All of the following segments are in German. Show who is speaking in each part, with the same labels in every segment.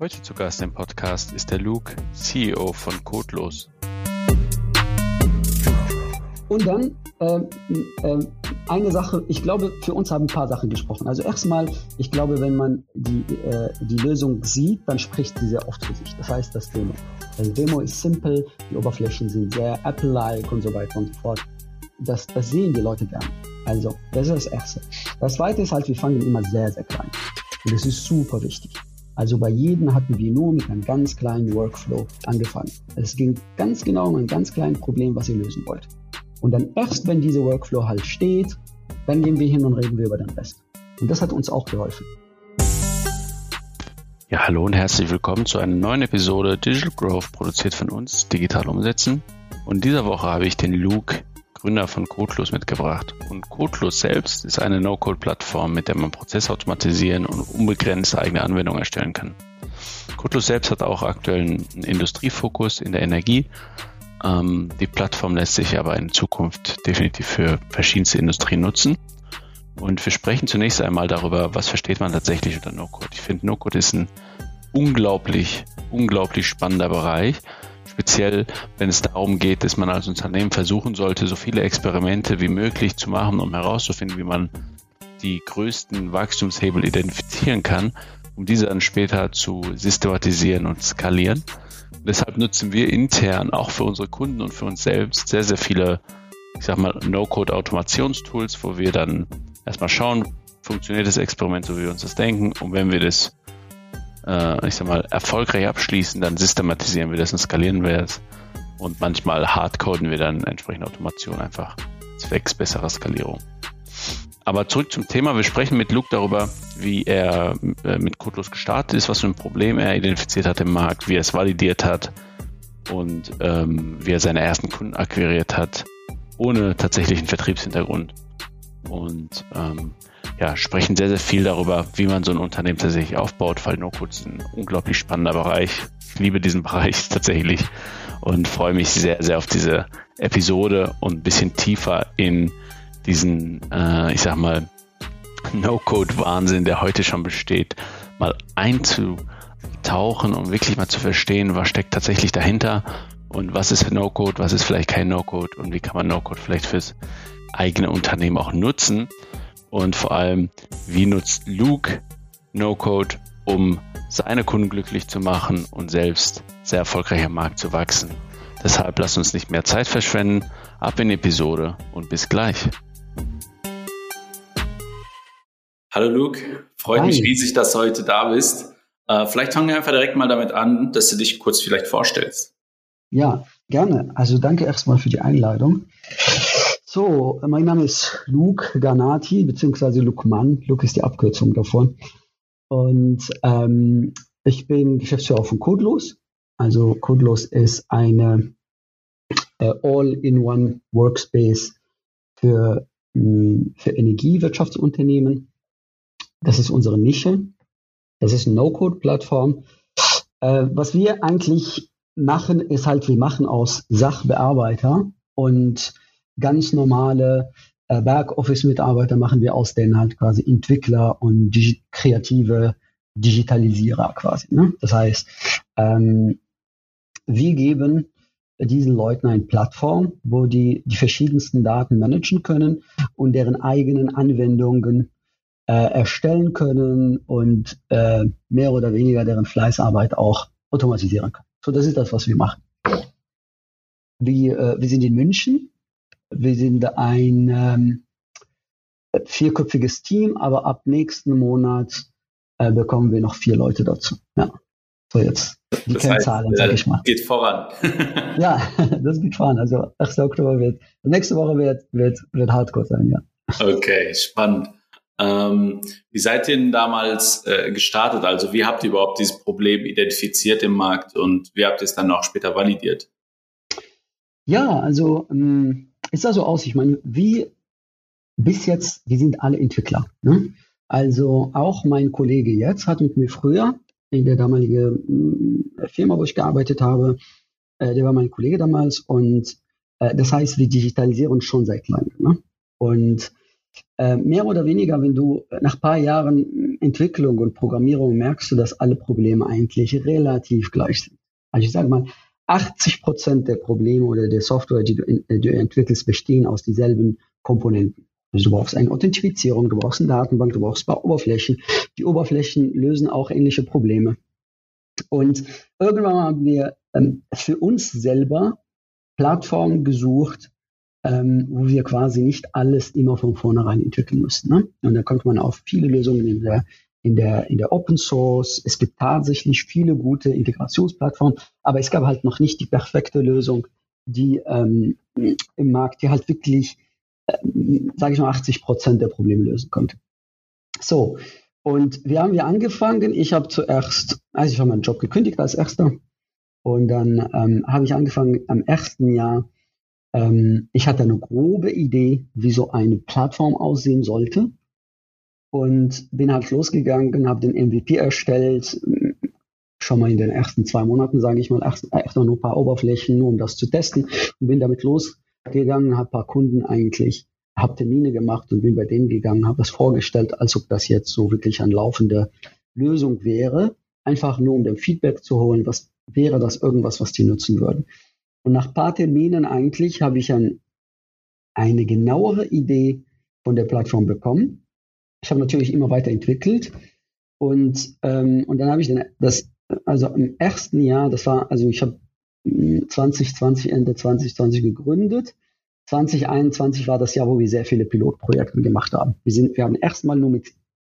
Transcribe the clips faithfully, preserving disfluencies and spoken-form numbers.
Speaker 1: Heute zu Gast im Podcast ist der Luke, C E O von Codelos.
Speaker 2: Und dann äh, äh, eine Sache, ich glaube, für uns haben ein paar Sachen gesprochen. Also erstmal, ich glaube, wenn man die, äh, die Lösung sieht, dann spricht sie sehr oft für sich. Das heißt, das Demo. Das Demo ist simpel, die Oberflächen sind sehr Apple-like und so weiter und so fort. Das, das sehen die Leute gerne. Also, das ist das Erste. Das Zweite ist halt, wir fangen immer sehr, sehr klein. Und das ist super wichtig. Also bei jedem hatten wir nur mit einem ganz kleinen Workflow angefangen. Es ging ganz genau um ein ganz kleines Problem, was ihr lösen wollt. Und dann erst, wenn dieser Workflow halt steht, dann gehen wir hin und reden wir über den Rest. Und das hat uns auch geholfen.
Speaker 1: Ja, hallo und herzlich willkommen zu einer neuen Episode Digital Growth, produziert von uns, Digital Umsetzen. Und in dieser Woche habe ich den Luke, Gründer von Codelos, mitgebracht. Und Codelos selbst ist eine No-Code-Plattform, mit der man Prozesse automatisieren und unbegrenzt eigene Anwendungen erstellen kann. Codelos selbst hat auch aktuell einen Industriefokus in der Energie. Ähm, die Plattform lässt sich aber in Zukunft definitiv für verschiedenste Industrien nutzen. Und wir sprechen zunächst einmal darüber, was versteht man tatsächlich unter No-Code. Ich finde, No-Code ist ein unglaublich, unglaublich spannender Bereich. Speziell, wenn es darum geht, dass man als Unternehmen versuchen sollte, so viele Experimente wie möglich zu machen, um herauszufinden, wie man die größten Wachstumshebel identifizieren kann, um diese dann später zu systematisieren und skalieren. Und deshalb nutzen wir intern auch für unsere Kunden und für uns selbst sehr, sehr viele, ich sag mal, No-Code-Automationstools, wo wir dann erstmal schauen, funktioniert das Experiment so, wie wir uns das denken, und wenn wir das ich sag mal, erfolgreich abschließen, dann systematisieren wir das und skalieren wir es. Und manchmal hardcoden wir dann entsprechende Automation einfach zwecks besserer Skalierung. Aber zurück zum Thema. Wir sprechen mit Luke darüber, wie er mit Codelos gestartet ist, was für ein Problem er identifiziert hat im Markt, wie er es validiert hat und ähm, wie er seine ersten Kunden akquiriert hat, ohne tatsächlichen Vertriebshintergrund. Und ähm, ja, sprechen sehr, sehr viel darüber, wie man so ein Unternehmen tatsächlich aufbaut, weil No-Code ist ein unglaublich spannender Bereich. Ich liebe diesen Bereich tatsächlich und freue mich sehr, sehr auf diese Episode und ein bisschen tiefer in diesen, äh, ich sag mal, No-Code-Wahnsinn, der heute schon besteht, mal einzutauchen und wirklich mal zu verstehen, was steckt tatsächlich dahinter und was ist No-Code, was ist vielleicht kein No-Code und wie kann man No-Code vielleicht fürs eigene Unternehmen auch nutzen. Und vor allem, wie nutzt Luke No-Code, um seine Kunden glücklich zu machen und selbst sehr erfolgreich am Markt zu wachsen. Deshalb lasst uns nicht mehr Zeit verschwenden. Ab in die Episode und bis gleich.
Speaker 3: Hallo Luke, freut
Speaker 2: Hi.
Speaker 3: mich riesig, dass du heute da bist. Äh, vielleicht fangen wir einfach direkt mal damit an, dass du dich kurz vielleicht vorstellst.
Speaker 2: Ja, gerne. Also danke erstmal für die Einladung. So, mein Name ist Luke Ganati, beziehungsweise Lukman. Luke ist die Abkürzung davon. Und ähm, ich bin Geschäftsführer von Codelos. Also Codelos ist eine äh, All-in-One Workspace für, mh, für Energiewirtschaftsunternehmen. Das ist unsere Nische. Das ist eine No-Code-Plattform. Äh, was wir eigentlich machen, ist halt, wir machen aus Sachbearbeiter und ganz normale äh, Backoffice-Mitarbeiter machen wir aus denen halt quasi Entwickler und digi- kreative Digitalisierer quasi. Ne? Das heißt, ähm, wir geben diesen Leuten eine Plattform, wo die die verschiedensten Daten managen können und deren eigenen Anwendungen äh, erstellen können und äh, mehr oder weniger deren Fleißarbeit auch automatisieren können. So, das ist das, was wir machen. Wir, äh, wir sind in München. Wir sind ein ähm, vierköpfiges Team, aber ab nächsten Monat äh, bekommen wir noch vier Leute dazu. Ja, so jetzt die
Speaker 3: Das
Speaker 2: Kennzahlen,
Speaker 3: heißt,
Speaker 2: sag
Speaker 3: äh,
Speaker 2: ich mal.
Speaker 3: geht voran.
Speaker 2: Ja, das geht voran. Also erster Oktober wird, nächste Woche wird, wird, wird Hardcore sein, ja.
Speaker 3: Okay, spannend. Ähm, wie seid ihr denn damals äh, gestartet? Also wie habt ihr überhaupt dieses Problem identifiziert im Markt und wie habt ihr es dann auch später validiert?
Speaker 2: Ja, also ähm, es sah so aus, ich meine, wie bis jetzt, wir sind alle Entwickler. Ne? Also auch mein Kollege jetzt hat mit mir früher in der damaligen äh, Firma, wo ich gearbeitet habe, äh, der war mein Kollege damals und äh, das heißt, wir digitalisieren schon seit langem. Ne? Und äh, mehr oder weniger, wenn du nach ein paar Jahren Entwicklung und Programmierung merkst du, dass alle Probleme eigentlich relativ gleich sind. Also ich sage mal, achtzig Prozent der Probleme oder der Software, die du, in, die du entwickelst, bestehen aus dieselben Komponenten. Also du brauchst eine Authentifizierung, du brauchst eine Datenbank, du brauchst ein paar Oberflächen. Die Oberflächen lösen auch ähnliche Probleme. Und irgendwann haben wir ähm, für uns selber Plattformen gesucht, ähm, wo wir quasi nicht alles immer von vornherein entwickeln müssen. Ne? Und da kommt man auf viele Lösungen in der, in der, in der Open Source. Es gibt tatsächlich viele gute Integrationsplattformen, aber es gab halt noch nicht die perfekte Lösung, die ähm, im Markt, die halt wirklich, ähm, sage ich mal, achtzig Prozent der Probleme lösen konnte. So, und wir haben hier angefangen. Ich habe zuerst, also ich habe meinen Job gekündigt als Erster. Und dann ähm, habe ich angefangen am ersten Jahr. Ähm, ich hatte eine grobe Idee, wie so eine Plattform aussehen sollte. Und bin halt losgegangen, habe den M V P erstellt. Schon mal in den ersten zwei Monaten, sage ich mal, erst, erst noch nur ein paar Oberflächen, nur um das zu testen. Und bin damit losgegangen, habe ein paar Kunden eigentlich, habe Termine gemacht und bin bei denen gegangen, habe das vorgestellt, als ob das jetzt so wirklich eine laufende Lösung wäre. Einfach nur, um den Feedback zu holen, was wäre das irgendwas, was die nutzen würden. Und nach ein paar Terminen eigentlich habe ich ein, eine genauere Idee von der Plattform bekommen. Ich habe natürlich immer weiter entwickelt und, ähm, und dann habe ich dann das, also im ersten Jahr, das war, also ich habe zwanzig zwanzig, Ende zwanzig zwanzig gegründet. zwanzig einundzwanzig war das Jahr, wo wir sehr viele Pilotprojekte gemacht haben. Wir sind, wir haben erstmal nur mit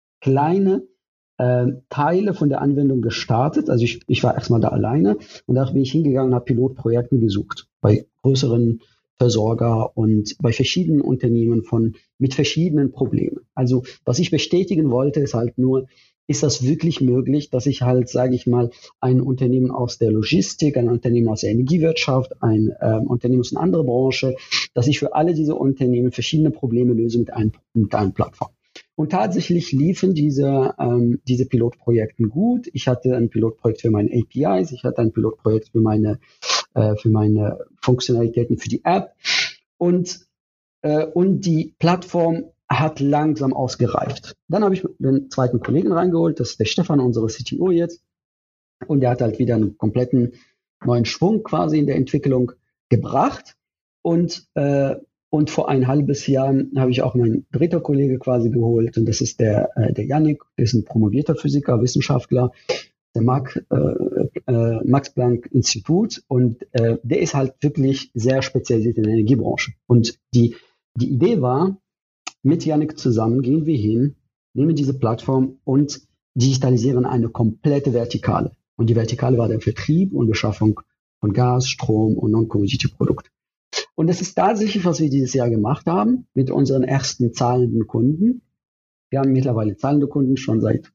Speaker 2: kleine äh, Teile von der Anwendung gestartet. Also ich, ich war erstmal da alleine und da bin ich hingegangen und habe Pilotprojekte gesucht bei größeren Versorger und bei verschiedenen Unternehmen von mit verschiedenen Problemen. Also was ich bestätigen wollte, ist halt nur, ist das wirklich möglich, dass ich halt, sage ich mal, ein Unternehmen aus der Logistik, ein Unternehmen aus der Energiewirtschaft, ein ähm, Unternehmen aus einer anderen Branche, dass ich für alle diese Unternehmen verschiedene Probleme löse mit einem, mit einer Plattform. Und tatsächlich liefen diese, ähm, diese Pilotprojekte gut. Ich hatte ein Pilotprojekt für meine A P Is, ich hatte ein Pilotprojekt für meine, äh, für meine Funktionalitäten für die App und, äh, und die Plattform hat langsam ausgereift. Dann habe ich den zweiten Kollegen reingeholt, das ist der Stefan, unsere C T O jetzt. Und der hat halt wieder einen kompletten neuen Schwung quasi in der Entwicklung gebracht. Und, äh, und vor ein halbes Jahr habe ich auch meinen dritter Kollege quasi geholt. Und das ist der, äh, der Yannick, der ist ein promovierter Physiker, Wissenschaftler, der Mark, äh, äh, Max-Planck-Institut. Und äh, der ist halt wirklich sehr spezialisiert in der Energiebranche. Und die, die Idee war, mit Yannick zusammen gehen wir hin, nehmen diese Plattform und digitalisieren eine komplette Vertikale. Und die Vertikale war der Vertrieb und Beschaffung von Gas, Strom und Non-Commodity-Produkten. Und das ist tatsächlich, was wir dieses Jahr gemacht haben mit unseren ersten zahlenden Kunden. Wir haben mittlerweile zahlende Kunden schon seit,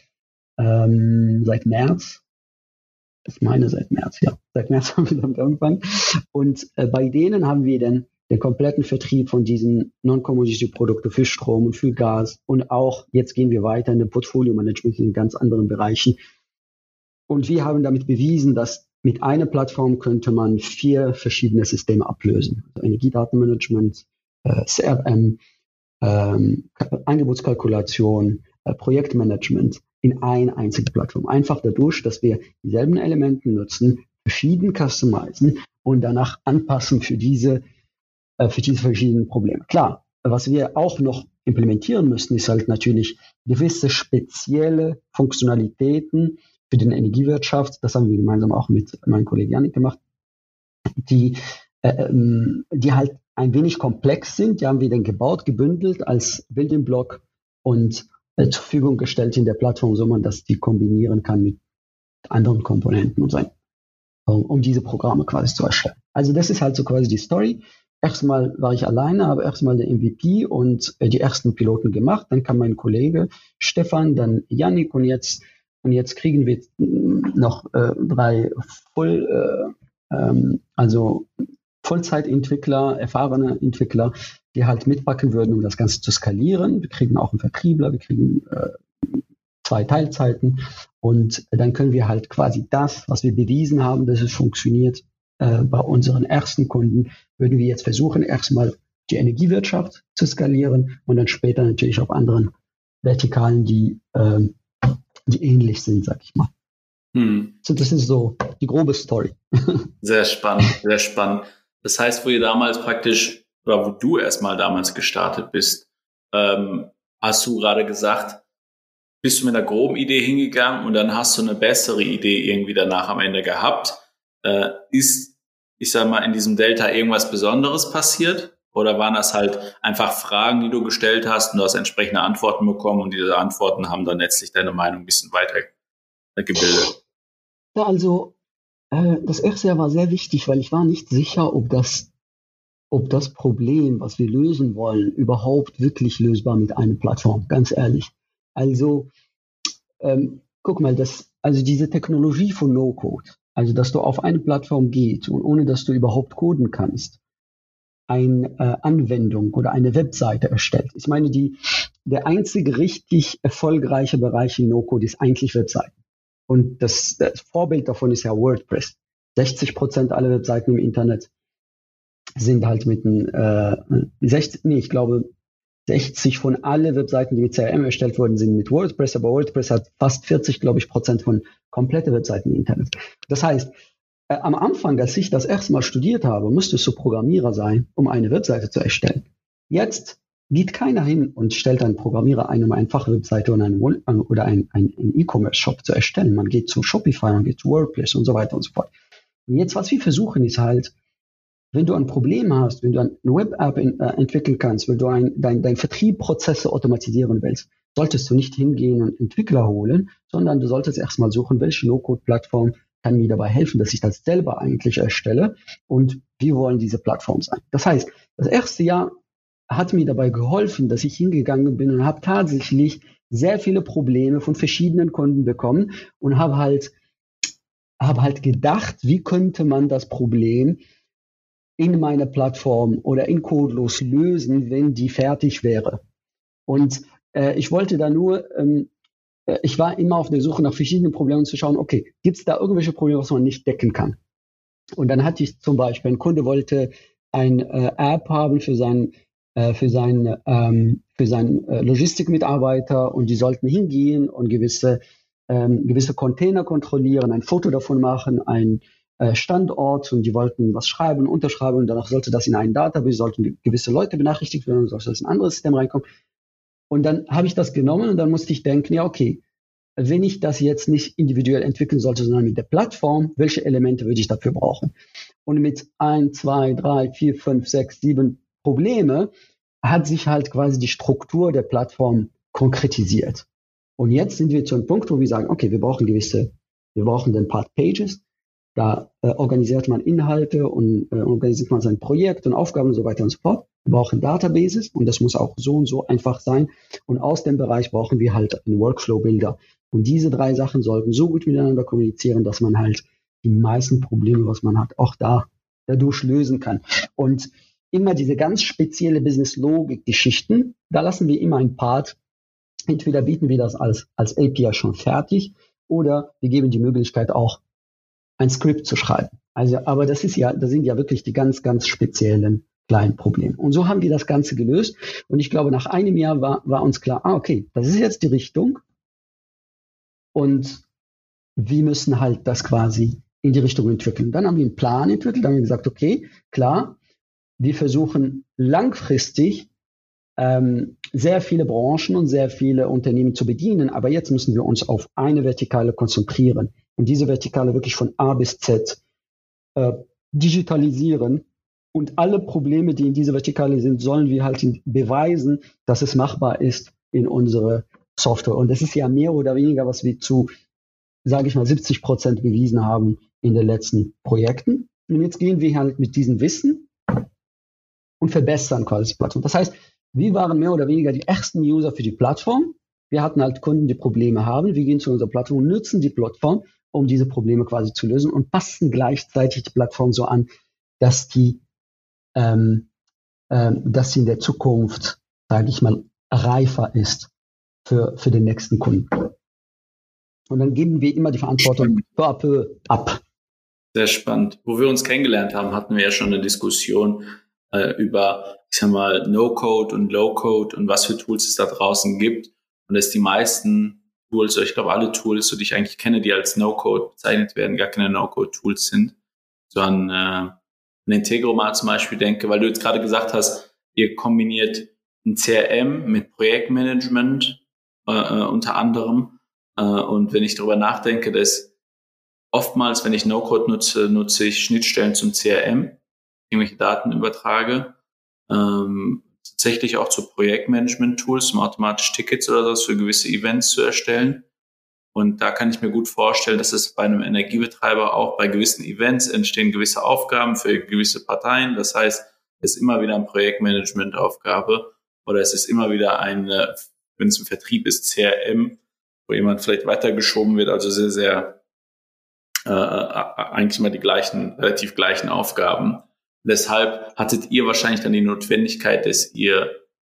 Speaker 2: ähm, seit März. Ich meine seit März, ja. Seit März haben wir damit angefangen. Und äh, bei denen haben wir dann den kompletten Vertrieb von diesen Non-Commodity-Produkten für Strom und für Gas und auch, jetzt gehen wir weiter in den Portfolio-Management in ganz anderen Bereichen. Und wir haben damit bewiesen, dass mit einer Plattform könnte man vier verschiedene Systeme ablösen. Also Energiedatenmanagement, äh, C R M, ähm, Angebotskalkulation, äh, Projektmanagement in eine einzige Plattform. Einfach dadurch, dass wir dieselben Elemente nutzen, verschieden customizen und danach anpassen für diese für diese verschiedenen Probleme. Klar, was wir auch noch implementieren müssen, ist halt natürlich gewisse spezielle Funktionalitäten für die Energiewirtschaft. Das haben wir gemeinsam auch mit meinem Kollegen Yannick gemacht, die, äh, die halt ein wenig komplex sind. Die haben wir dann gebaut, gebündelt als Building Block und äh, zur Verfügung gestellt in der Plattform, so man das die kombinieren kann mit anderen Komponenten und so, um, um diese Programme quasi zu erstellen. Also das ist halt so quasi die Story. Erstmal war ich alleine, habe erstmal den M V P und äh, die ersten Piloten gemacht. Dann kam mein Kollege Stefan, dann Yannick und jetzt und jetzt kriegen wir noch äh, drei Voll, äh, ähm, also Vollzeitentwickler, erfahrene Entwickler, die halt mitpacken würden, um das Ganze zu skalieren. Wir kriegen auch einen Vertriebler, wir kriegen äh, zwei Teilzeiten und dann können wir halt quasi das, was wir bewiesen haben, dass es funktioniert, äh, bei unseren ersten Kunden, würden wir jetzt versuchen, erstmal die Energiewirtschaft zu skalieren und dann später natürlich auf anderen Vertikalen, die, ähm, die ähnlich sind, sag ich mal. Hm. So, das ist so die grobe Story.
Speaker 3: Sehr spannend, sehr spannend. Das heißt, wo ihr damals praktisch, oder wo du erstmal damals gestartet bist, ähm, hast du gerade gesagt, bist du mit einer groben Idee hingegangen und dann hast du eine bessere Idee irgendwie danach am Ende gehabt. Äh, ist, ich sag mal, in diesem Delta irgendwas Besonderes passiert? Oder waren das halt einfach Fragen, die du gestellt hast und du hast entsprechende Antworten bekommen und diese Antworten haben dann letztlich deine Meinung ein bisschen weiter gebildet?
Speaker 2: Ja, also äh, das erste Jahr war sehr wichtig, weil ich war nicht sicher, ob das, ob das Problem, was wir lösen wollen, überhaupt wirklich lösbar mit einer Plattform, ganz ehrlich. Also, ähm, guck mal, das, also diese Technologie von No-Code, also dass du auf eine Plattform gehst und ohne dass du überhaupt coden kannst, eine äh, Anwendung oder eine Webseite erstellt. Ich meine, die, der einzige richtig erfolgreiche Bereich in No-Code ist eigentlich Webseiten. Und das, das Vorbild davon ist ja WordPress. sechzig Prozent aller Webseiten im Internet sind halt mit einem, äh, sechzig, nee, ich glaube, sechzig von allen Webseiten, die mit C R M erstellt wurden, sind mit WordPress, aber WordPress hat fast vierzig, glaube ich, Prozent von kompletten Webseiten im Internet. Das heißt, äh, am Anfang, als ich das erste Mal studiert habe, musstest du Programmierer sein, um eine Webseite zu erstellen. Jetzt geht keiner hin und stellt einen Programmierer ein, um eine einfache Webseite oder einen, oder einen, einen E-Commerce-Shop zu erstellen. Man geht zu Shopify, man geht zu WordPress und so weiter und so fort. Und jetzt, was wir versuchen, ist halt, wenn du ein Problem hast, wenn du eine Web-App in, äh, entwickeln kannst, wenn du ein, dein, dein Vertriebsprozesse automatisieren willst, solltest du nicht hingehen und Entwickler holen, sondern du solltest erstmal suchen, welche No-Code-Plattform kann mir dabei helfen, dass ich das selber eigentlich erstelle und wie wollen diese Plattform sein. Das heißt, das erste Jahr hat mir dabei geholfen, dass ich hingegangen bin und habe tatsächlich sehr viele Probleme von verschiedenen Kunden bekommen und habe halt, habe halt gedacht, wie könnte man das Problem in meiner Plattform oder in Codeless lösen, wenn die fertig wäre. Und äh, ich wollte da nur, ähm, äh, ich war immer auf der Suche nach verschiedenen Problemen zu schauen, okay, gibt es da irgendwelche Probleme, was man nicht decken kann? Und dann hatte ich zum Beispiel, ein Kunde wollte eine äh, App haben für seinen äh, für seinen ähm, für seinen äh, Logistikmitarbeiter und die sollten hingehen und gewisse ähm, gewisse Container kontrollieren, ein Foto davon machen, ein Standort und die wollten was schreiben, unterschreiben und danach sollte das in einen Database, sollten gewisse Leute benachrichtigt werden und sollte das in ein anderes System reinkommen. Und dann habe ich das genommen und dann musste ich denken, ja okay, wenn ich das jetzt nicht individuell entwickeln sollte, sondern mit der Plattform, welche Elemente würde ich dafür brauchen? Und mit eins, zwei, drei, vier, fünf, sechs, sieben Probleme hat sich halt quasi die Struktur der Plattform konkretisiert. Und jetzt sind wir zu einem Punkt, wo wir sagen, okay, wir brauchen gewisse, wir brauchen den Part Pages. Da äh, organisiert man Inhalte und äh, organisiert man sein Projekt und Aufgaben und so weiter und so fort. Wir brauchen Databases und das muss auch so und so einfach sein. Und aus dem Bereich brauchen wir halt einen Workflow-Builder. Und diese drei Sachen sollten so gut miteinander kommunizieren, dass man halt die meisten Probleme, was man hat, auch da dadurch lösen kann. Und immer diese ganz spezielle Business-Logik-Geschichten, da lassen wir immer ein Part. Entweder bieten wir das als, als A P I schon fertig oder wir geben die Möglichkeit auch, ein Skript zu schreiben. Also, aber das ist ja, das sind ja wirklich die ganz, ganz speziellen kleinen Probleme. Und so haben wir das Ganze gelöst. Und ich glaube, nach einem Jahr war, war uns klar, ah, okay, das ist jetzt die Richtung. Und wir müssen halt das quasi in die Richtung entwickeln. Dann haben wir einen Plan entwickelt, dann haben wir gesagt, okay, klar, wir versuchen langfristig ähm, sehr viele Branchen und sehr viele Unternehmen zu bedienen, aber jetzt müssen wir uns auf eine Vertikale konzentrieren und diese Vertikale wirklich von A bis Z äh, digitalisieren und alle Probleme, die in dieser Vertikale sind, sollen wir halt beweisen, dass es machbar ist in unsere Software. Und das ist ja mehr oder weniger, was wir zu, sage ich mal, siebzig Prozent bewiesen haben in den letzten Projekten. Und jetzt gehen wir halt mit diesem Wissen und verbessern quasi die Plattform. Das heißt, wir waren mehr oder weniger die ersten User für die Plattform. Wir hatten halt Kunden, die Probleme haben. Wir gehen zu unserer Plattform und nutzen die Plattform, um diese Probleme quasi zu lösen und passen gleichzeitig die Plattform so an, dass die, ähm, ähm, dass sie in der Zukunft, sage ich mal, reifer ist für, für den nächsten Kunden. Und dann geben wir immer die Verantwortung peu à peu ab.
Speaker 3: Sehr spannend. Wo wir uns kennengelernt haben, hatten wir ja schon eine Diskussion, äh, über, ich sag mal, No-Code und Low-Code und was für Tools es da draußen gibt. Und dass die meisten Tools, oder ich glaube alle Tools, so die ich eigentlich kenne, die als No-Code bezeichnet werden, gar keine No-Code-Tools sind, sondern äh, an Integromat zum Beispiel denke, weil du jetzt gerade gesagt hast, ihr kombiniert ein C R M mit Projektmanagement äh, äh, unter anderem. Äh, und wenn ich darüber nachdenke, dass oftmals, wenn ich No-Code nutze, nutze ich Schnittstellen zum C R M, irgendwelche Daten übertrage. Ähm, tatsächlich auch zu Projektmanagement-Tools, um automatisch Tickets oder so für gewisse Events zu erstellen. Und da kann ich mir gut vorstellen, dass es bei einem Energiebetreiber auch bei gewissen Events entstehen gewisse Aufgaben für gewisse Parteien. Das heißt, es ist immer wieder eine Projektmanagement-Aufgabe oder es ist immer wieder eine, wenn es im Vertrieb ist, C R M, wo jemand vielleicht weitergeschoben wird, also sehr, sehr äh, eigentlich immer die gleichen, relativ gleichen Aufgaben. Deshalb hattet ihr wahrscheinlich dann die Notwendigkeit, dass ihr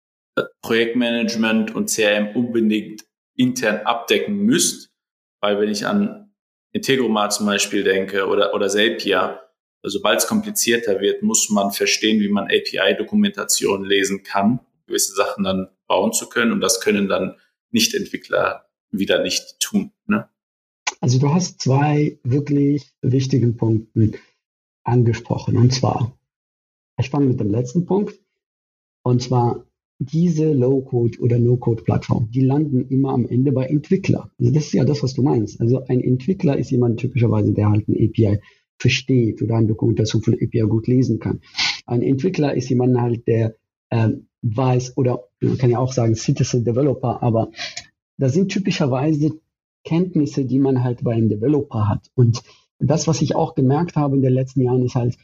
Speaker 3: Projektmanagement und C R M unbedingt intern abdecken müsst, weil wenn ich an Integromat zum Beispiel denke oder, oder Zapier, sobald es komplizierter wird, muss man verstehen, wie man A P I-Dokumentation lesen kann, gewisse Sachen dann bauen zu können und das können dann Nicht-Entwickler wieder nicht tun. Ne?
Speaker 2: Also du hast zwei wirklich wichtigen Punkte angesprochen und zwar, ich fange mit dem letzten Punkt und zwar diese Low-Code- oder No-Code-Plattform, die landen immer am Ende bei Entwickler. Also das ist ja das, was du meinst. Also ein Entwickler ist jemand typischerweise, der halt ein A P I versteht oder eine Dokumentation von A P I gut lesen kann. Ein Entwickler ist jemand halt, der ähm, weiß, oder man kann ja auch sagen Citizen Developer, aber das sind typischerweise Kenntnisse, die man halt bei einem Developer hat. Und das, was ich auch gemerkt habe in den letzten Jahren, ist halt,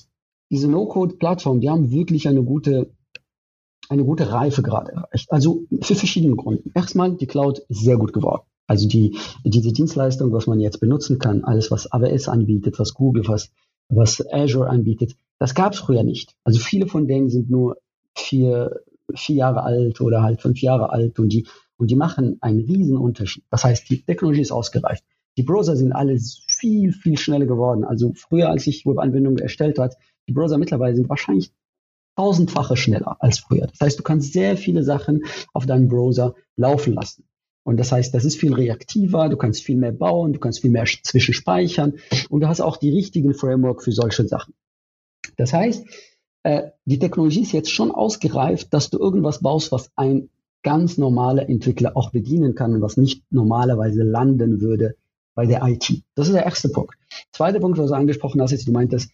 Speaker 2: diese No-Code-Plattformen, die haben wirklich eine gute eine gute Reife gerade erreicht. Also für verschiedene Gründe. Erstmal, die Cloud ist sehr gut geworden. Also die, diese Dienstleistung, was man jetzt benutzen kann, alles was A W S anbietet, was Google, was, was Azure anbietet, das gab es früher nicht. Also viele von denen sind nur vier, vier Jahre alt oder halt fünf Jahre alt und die, und die machen einen riesen Unterschied. Das heißt, die Technologie ist ausgereift. Die Browser sind alle viel, viel schneller geworden. Also früher, als ich Webanwendungen erstellt habe, die Browser mittlerweile sind wahrscheinlich tausendfache schneller als früher. Das heißt, du kannst sehr viele Sachen auf deinem Browser laufen lassen. Und das heißt, das ist viel reaktiver, du kannst viel mehr bauen, du kannst viel mehr zwischenspeichern und du hast auch die richtigen Framework für solche Sachen. Das heißt, äh, die Technologie ist jetzt schon ausgereift, dass du irgendwas baust, was ein ganz normaler Entwickler auch bedienen kann und was nicht normalerweise landen würde bei der I T. Das ist der erste Punkt. Zweiter Punkt, was du angesprochen hast, ist, du meintest,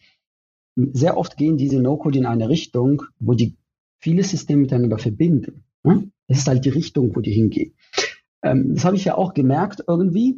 Speaker 2: sehr oft gehen diese No-Code in eine Richtung, wo die viele Systeme miteinander verbinden. Hm? Das ist halt die Richtung, wo die hingehen. Ähm, das habe ich ja auch gemerkt irgendwie.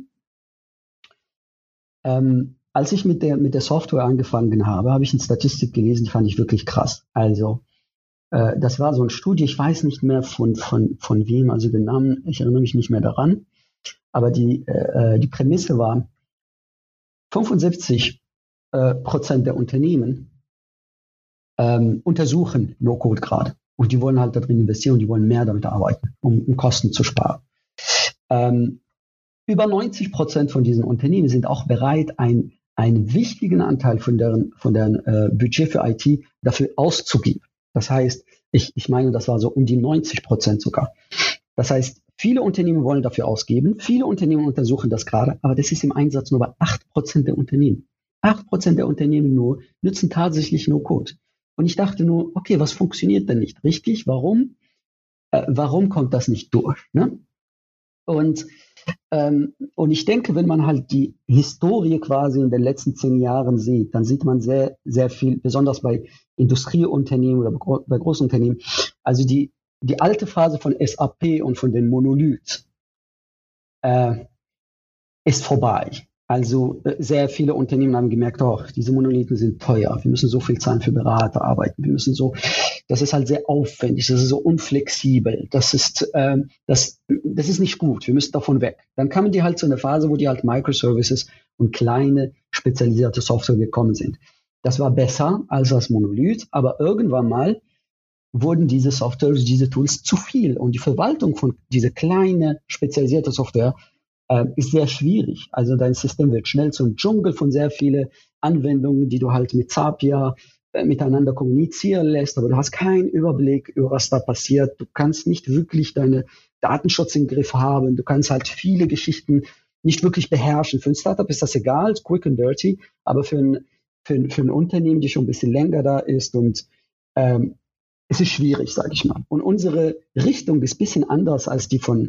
Speaker 2: Ähm, als ich mit der, mit der Software angefangen habe, habe ich eine Statistik gelesen, die fand ich wirklich krass. Also, äh, das war so eine Studie, ich weiß nicht mehr von, von, von wem, also den Namen, ich erinnere mich nicht mehr daran. Aber die, äh, die Prämisse war, fünfundsiebzig Prozent der Unternehmen ähm, untersuchen No-Code gerade. Und die wollen halt darin investieren und die wollen mehr damit arbeiten, um, um Kosten zu sparen. Ähm, über neunzig Prozent von diesen Unternehmen sind auch bereit, ein, einen wichtigen Anteil von deren, von deren äh, Budget für I T dafür auszugeben. Das heißt, ich, ich meine, das war so um die neunzig Prozent sogar. Das heißt, viele Unternehmen wollen dafür ausgeben, viele Unternehmen untersuchen das gerade, aber das ist im Einsatz nur bei acht Prozent der Unternehmen. acht Prozent der Unternehmen nur nutzen tatsächlich No-Code. Und ich dachte nur, okay, was funktioniert denn nicht richtig? Warum? Äh, warum kommt das nicht durch? Ne? Und, ähm, und ich denke, wenn man halt die Historie quasi in den letzten zehn Jahren sieht, dann sieht man sehr, sehr viel, besonders bei Industrieunternehmen oder bei, bei großen Unternehmen, also die, die alte Phase von S A P und von den Monolith äh, ist vorbei. Also äh, sehr viele Unternehmen haben gemerkt, oh, diese Monolithen sind teuer, wir müssen so viel zahlen für Berater arbeiten, wir müssen so, das ist halt sehr aufwendig, das ist so unflexibel, das ist, äh, das, das ist nicht gut, wir müssen davon weg. Dann kamen die halt zu einer Phase, wo die halt Microservices und kleine spezialisierte Software gekommen sind. Das war besser als das Monolith, aber irgendwann mal wurden diese Software, diese Tools zu viel und die Verwaltung von dieser kleinen spezialisierten Software äh, ist sehr schwierig. Also dein System wird schnell zum Dschungel von sehr vielen Anwendungen, die du halt mit Zapier äh, miteinander kommunizieren lässt, aber du hast keinen Überblick über was da passiert. Du kannst nicht wirklich deine Datenschutz im Griff haben. Du kannst halt viele Geschichten nicht wirklich beherrschen. Für ein Startup ist das egal, it's quick and dirty, aber für ein, für ein, für ein Unternehmen, die schon ein bisschen länger da ist und ähm, es ist schwierig, sage ich mal. Und unsere Richtung ist ein bisschen anders als die von,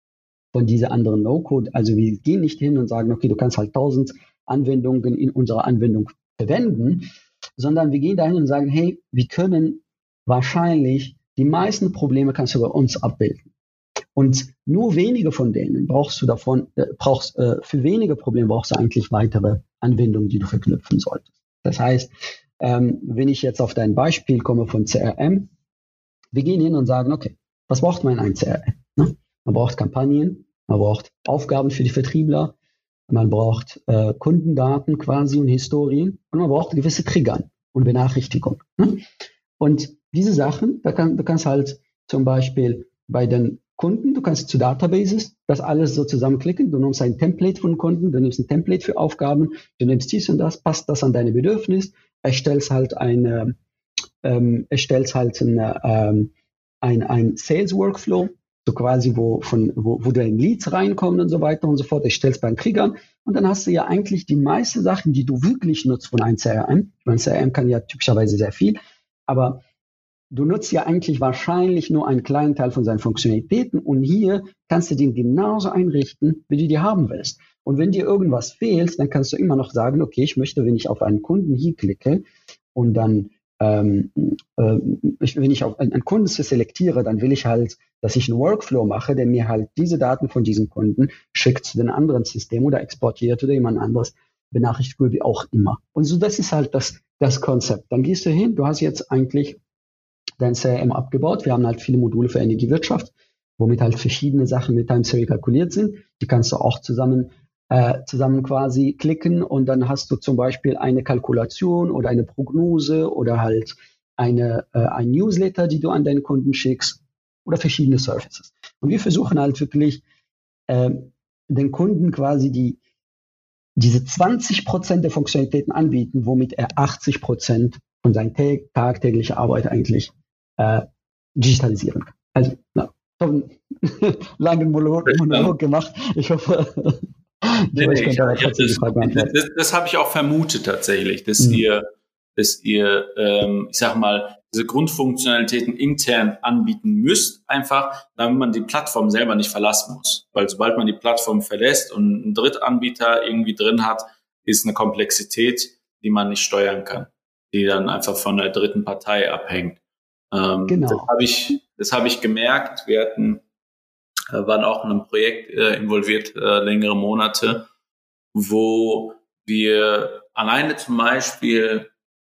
Speaker 2: von dieser anderen No-Code. Also wir gehen nicht hin und sagen, okay, du kannst halt tausend Anwendungen in unserer Anwendung verwenden, sondern wir gehen dahin und sagen, hey, wir können wahrscheinlich die meisten Probleme kannst du bei uns abbilden. Und nur wenige von denen brauchst du davon, äh, brauchst, äh, für wenige Probleme brauchst du eigentlich weitere Anwendungen, die du verknüpfen solltest. Das heißt, ähm, wenn ich jetzt auf dein Beispiel komme von C R M, wir gehen hin und sagen, okay, was braucht man in einem C R M? Ne? Man braucht Kampagnen, man braucht Aufgaben für die Vertriebler, man braucht äh, Kundendaten quasi und Historien und man braucht gewisse Triggern und Benachrichtigungen. Ne? Und diese Sachen, da kann, du kannst halt zum Beispiel bei den Kunden, du kannst zu Databases das alles so zusammenklicken, du nimmst ein Template von Kunden, du nimmst ein Template für Aufgaben, du nimmst dies und das, passt das an deine Bedürfnisse, erstellst halt eine, ähm, erstellst halt eine, ähm, ein, ein Sales Workflow, so quasi, wo, von, wo, wo deine Leads reinkommen und so weiter und so fort, erstellst beim Triggern und dann hast du ja eigentlich die meisten Sachen, die du wirklich nutzt von einem C R M. Ich meine, C R M kann ja typischerweise sehr viel, aber du nutzt ja eigentlich wahrscheinlich nur einen kleinen Teil von seinen Funktionalitäten und hier kannst du den genauso einrichten, wie du die haben willst. Und wenn dir irgendwas fehlt, dann kannst du immer noch sagen, okay, ich möchte, wenn ich auf einen Kunden hier klicke und dann, ähm, äh, ich, wenn ich auf einen, einen Kunden selektiere, dann will ich halt, dass ich einen Workflow mache, der mir halt diese Daten von diesem Kunden schickt zu den anderen Systemen oder exportiert oder jemand anderes benachrichtigt, wie auch immer. Und so, das ist halt das, das Konzept. Dann gehst du hin, du hast jetzt eigentlich dein C R M abgebaut. Wir haben halt viele Module für Energiewirtschaft, womit halt verschiedene Sachen mit Time Series kalkuliert sind. Die kannst du auch zusammen, äh, zusammen quasi klicken und dann hast du zum Beispiel eine Kalkulation oder eine Prognose oder halt eine, äh, ein Newsletter, die du an deinen Kunden schickst oder verschiedene Services. Und wir versuchen halt wirklich, äh, den Kunden quasi die, diese zwanzig Prozent der Funktionalitäten anbieten, womit er achtzig Prozent von seiner tag- tagtäglichen Arbeit eigentlich äh, digitalisieren kann. Also, na, ich habe einen langen Monolog, Monolog gemacht. Ich hoffe,
Speaker 3: nee, nee, ich, ich, das, das, das, das habe ich auch vermutet tatsächlich, dass mhm. ihr, dass ihr, ähm, ich sag mal, diese Grundfunktionalitäten intern anbieten müsst, einfach, damit man die Plattform selber nicht verlassen muss. Weil sobald man die Plattform verlässt und einen Drittanbieter irgendwie drin hat, ist eine Komplexität, die man nicht steuern kann, die dann einfach von der dritten Partei abhängt. Ähm, genau. Das habe ich, das habe ich gemerkt. Wir hatten, äh, waren auch in einem Projekt äh, involviert, äh, längere Monate, wo wir alleine zum Beispiel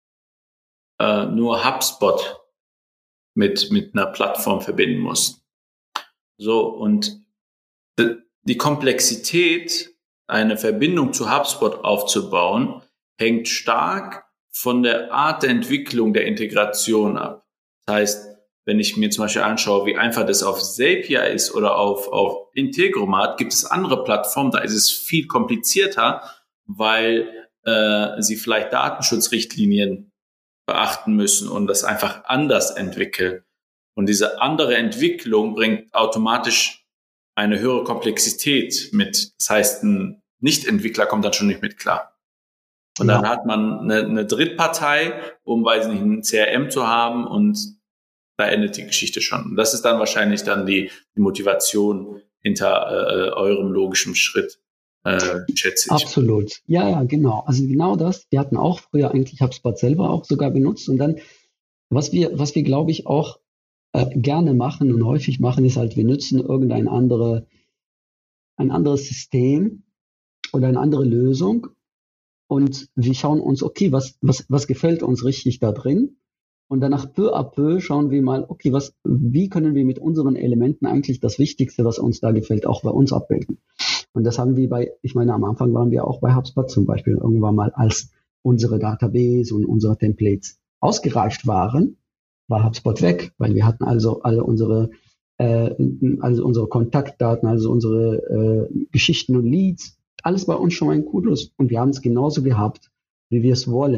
Speaker 3: äh, nur HubSpot mit mit einer Plattform verbinden mussten. So, und d- die Komplexität, eine Verbindung zu HubSpot aufzubauen, hängt stark von der Art der Entwicklung der Integration ab. Das heißt, wenn ich mir zum Beispiel anschaue, wie einfach das auf Zapier ist oder auf, auf Integromat, gibt es andere Plattformen, da ist es viel komplizierter, weil äh, sie vielleicht Datenschutzrichtlinien beachten müssen und das einfach anders entwickeln. Und diese andere Entwicklung bringt automatisch eine höhere Komplexität mit. Das heißt, ein Nicht-Entwickler kommt dann schon nicht mit klar. Und ja. Dann hat man eine, eine Drittpartei, um, weiß nicht, ein C R M zu haben und da endet die Geschichte schon. Und das ist dann wahrscheinlich dann die, die Motivation hinter äh, eurem logischen Schritt, äh, schätze ich.
Speaker 2: Absolut. Ja, ja, genau. Also genau das. Wir hatten auch früher eigentlich HubSpot selber auch sogar benutzt. Und dann, was wir, was wir glaube ich auch äh, gerne machen und häufig machen, ist halt, wir nutzen irgendein andere, ein anderes System oder eine andere Lösung. Und wir schauen uns, okay, was, was, was gefällt uns richtig da drin? Und danach peu à peu schauen wir mal, okay, was, wie können wir mit unseren Elementen eigentlich das Wichtigste, was uns da gefällt, auch bei uns abbilden? Und das haben wir bei, ich meine, am Anfang waren wir auch bei HubSpot zum Beispiel irgendwann mal, als unsere Database und unsere Templates ausgereift waren, war HubSpot weg, weil wir hatten also alle unsere, äh, also unsere Kontaktdaten, also unsere äh, Geschichten und Leads, alles bei uns schon mal in Kudos. Und wir haben es genauso gehabt, wie wir es wollen.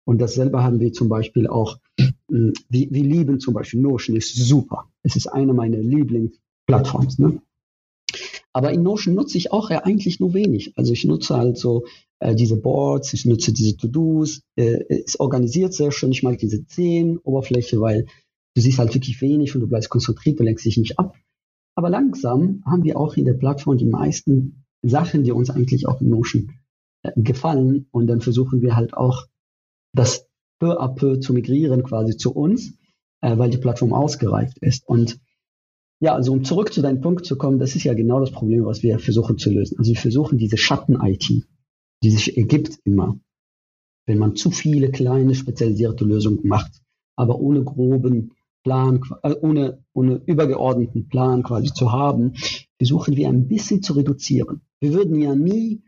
Speaker 2: Und dasselbe haben wir zum Beispiel auch, wir, wir lieben zum Beispiel Notion, ist super. Es ist eine meiner Lieblingsplattformen. Ne? Aber in Notion nutze ich auch ja eigentlich nur wenig. Also ich nutze halt so äh, diese Boards, ich nutze diese To-Dos, äh, es organisiert sehr schön. Ich mag diese zehn Oberfläche, weil du siehst halt wirklich wenig und du bleibst konzentriert, du lenkst dich nicht ab. Aber langsam haben wir auch in der Plattform die meisten Sachen, die uns eigentlich auch in Notion äh, gefallen. Und dann versuchen wir halt auch, das peu à peu zu migrieren quasi zu uns, äh, weil die Plattform ausgereift ist. Und ja, also um zurück zu deinem Punkt zu kommen, das ist ja genau das Problem, was wir versuchen zu lösen. Also wir versuchen diese Schatten-I T, die sich ergibt immer, wenn man zu viele kleine spezialisierte Lösungen macht, aber ohne groben Plan, äh, ohne, ohne übergeordneten Plan quasi zu haben, versuchen wir ein bisschen zu reduzieren. Wir würden ja nie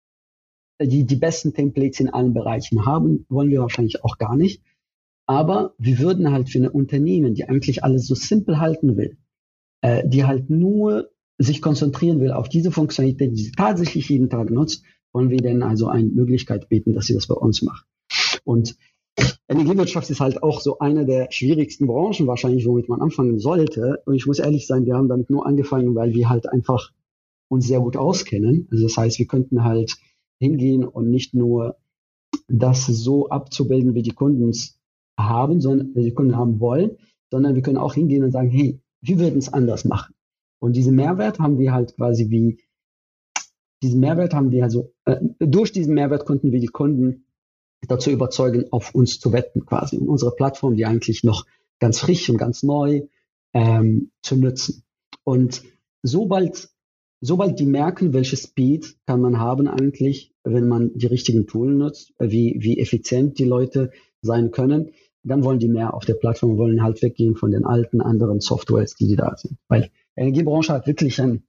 Speaker 2: die, die besten Templates in allen Bereichen haben, wollen wir wahrscheinlich auch gar nicht. Aber wir würden halt für ein Unternehmen, die eigentlich alles so simpel halten will, äh, die halt nur sich konzentrieren will auf diese Funktionalität, die sie tatsächlich jeden Tag nutzt, wollen wir denen also eine Möglichkeit bieten, dass sie das bei uns machen. Und Energiewirtschaft ist halt auch so eine der schwierigsten Branchen wahrscheinlich, womit man anfangen sollte. Und ich muss ehrlich sein, wir haben damit nur angefangen, weil wir halt einfach uns sehr gut auskennen. Also das heißt, wir könnten halt hingehen und nicht nur das so abzubilden, wie die Kunden es haben, sondern wie die Kunden haben wollen, sondern wir können auch hingehen und sagen, hey, wir würden es anders machen. Und diesen Mehrwert haben wir halt quasi wie, diesen Mehrwert haben wir also, äh, durch diesen Mehrwert konnten wir die Kunden dazu überzeugen, auf uns zu wetten quasi, um unsere Plattform, die eigentlich noch ganz frisch und ganz neu, ähm, zu nutzen. Und sobald, sobald die merken, welche Speed kann man haben eigentlich, wenn man die richtigen Tools nutzt, wie, wie effizient die Leute sein können, dann wollen die mehr auf der Plattform, wollen halt weggehen von den alten anderen Softwares, die, die da sind. Weil die Energiebranche hat wirklich ein,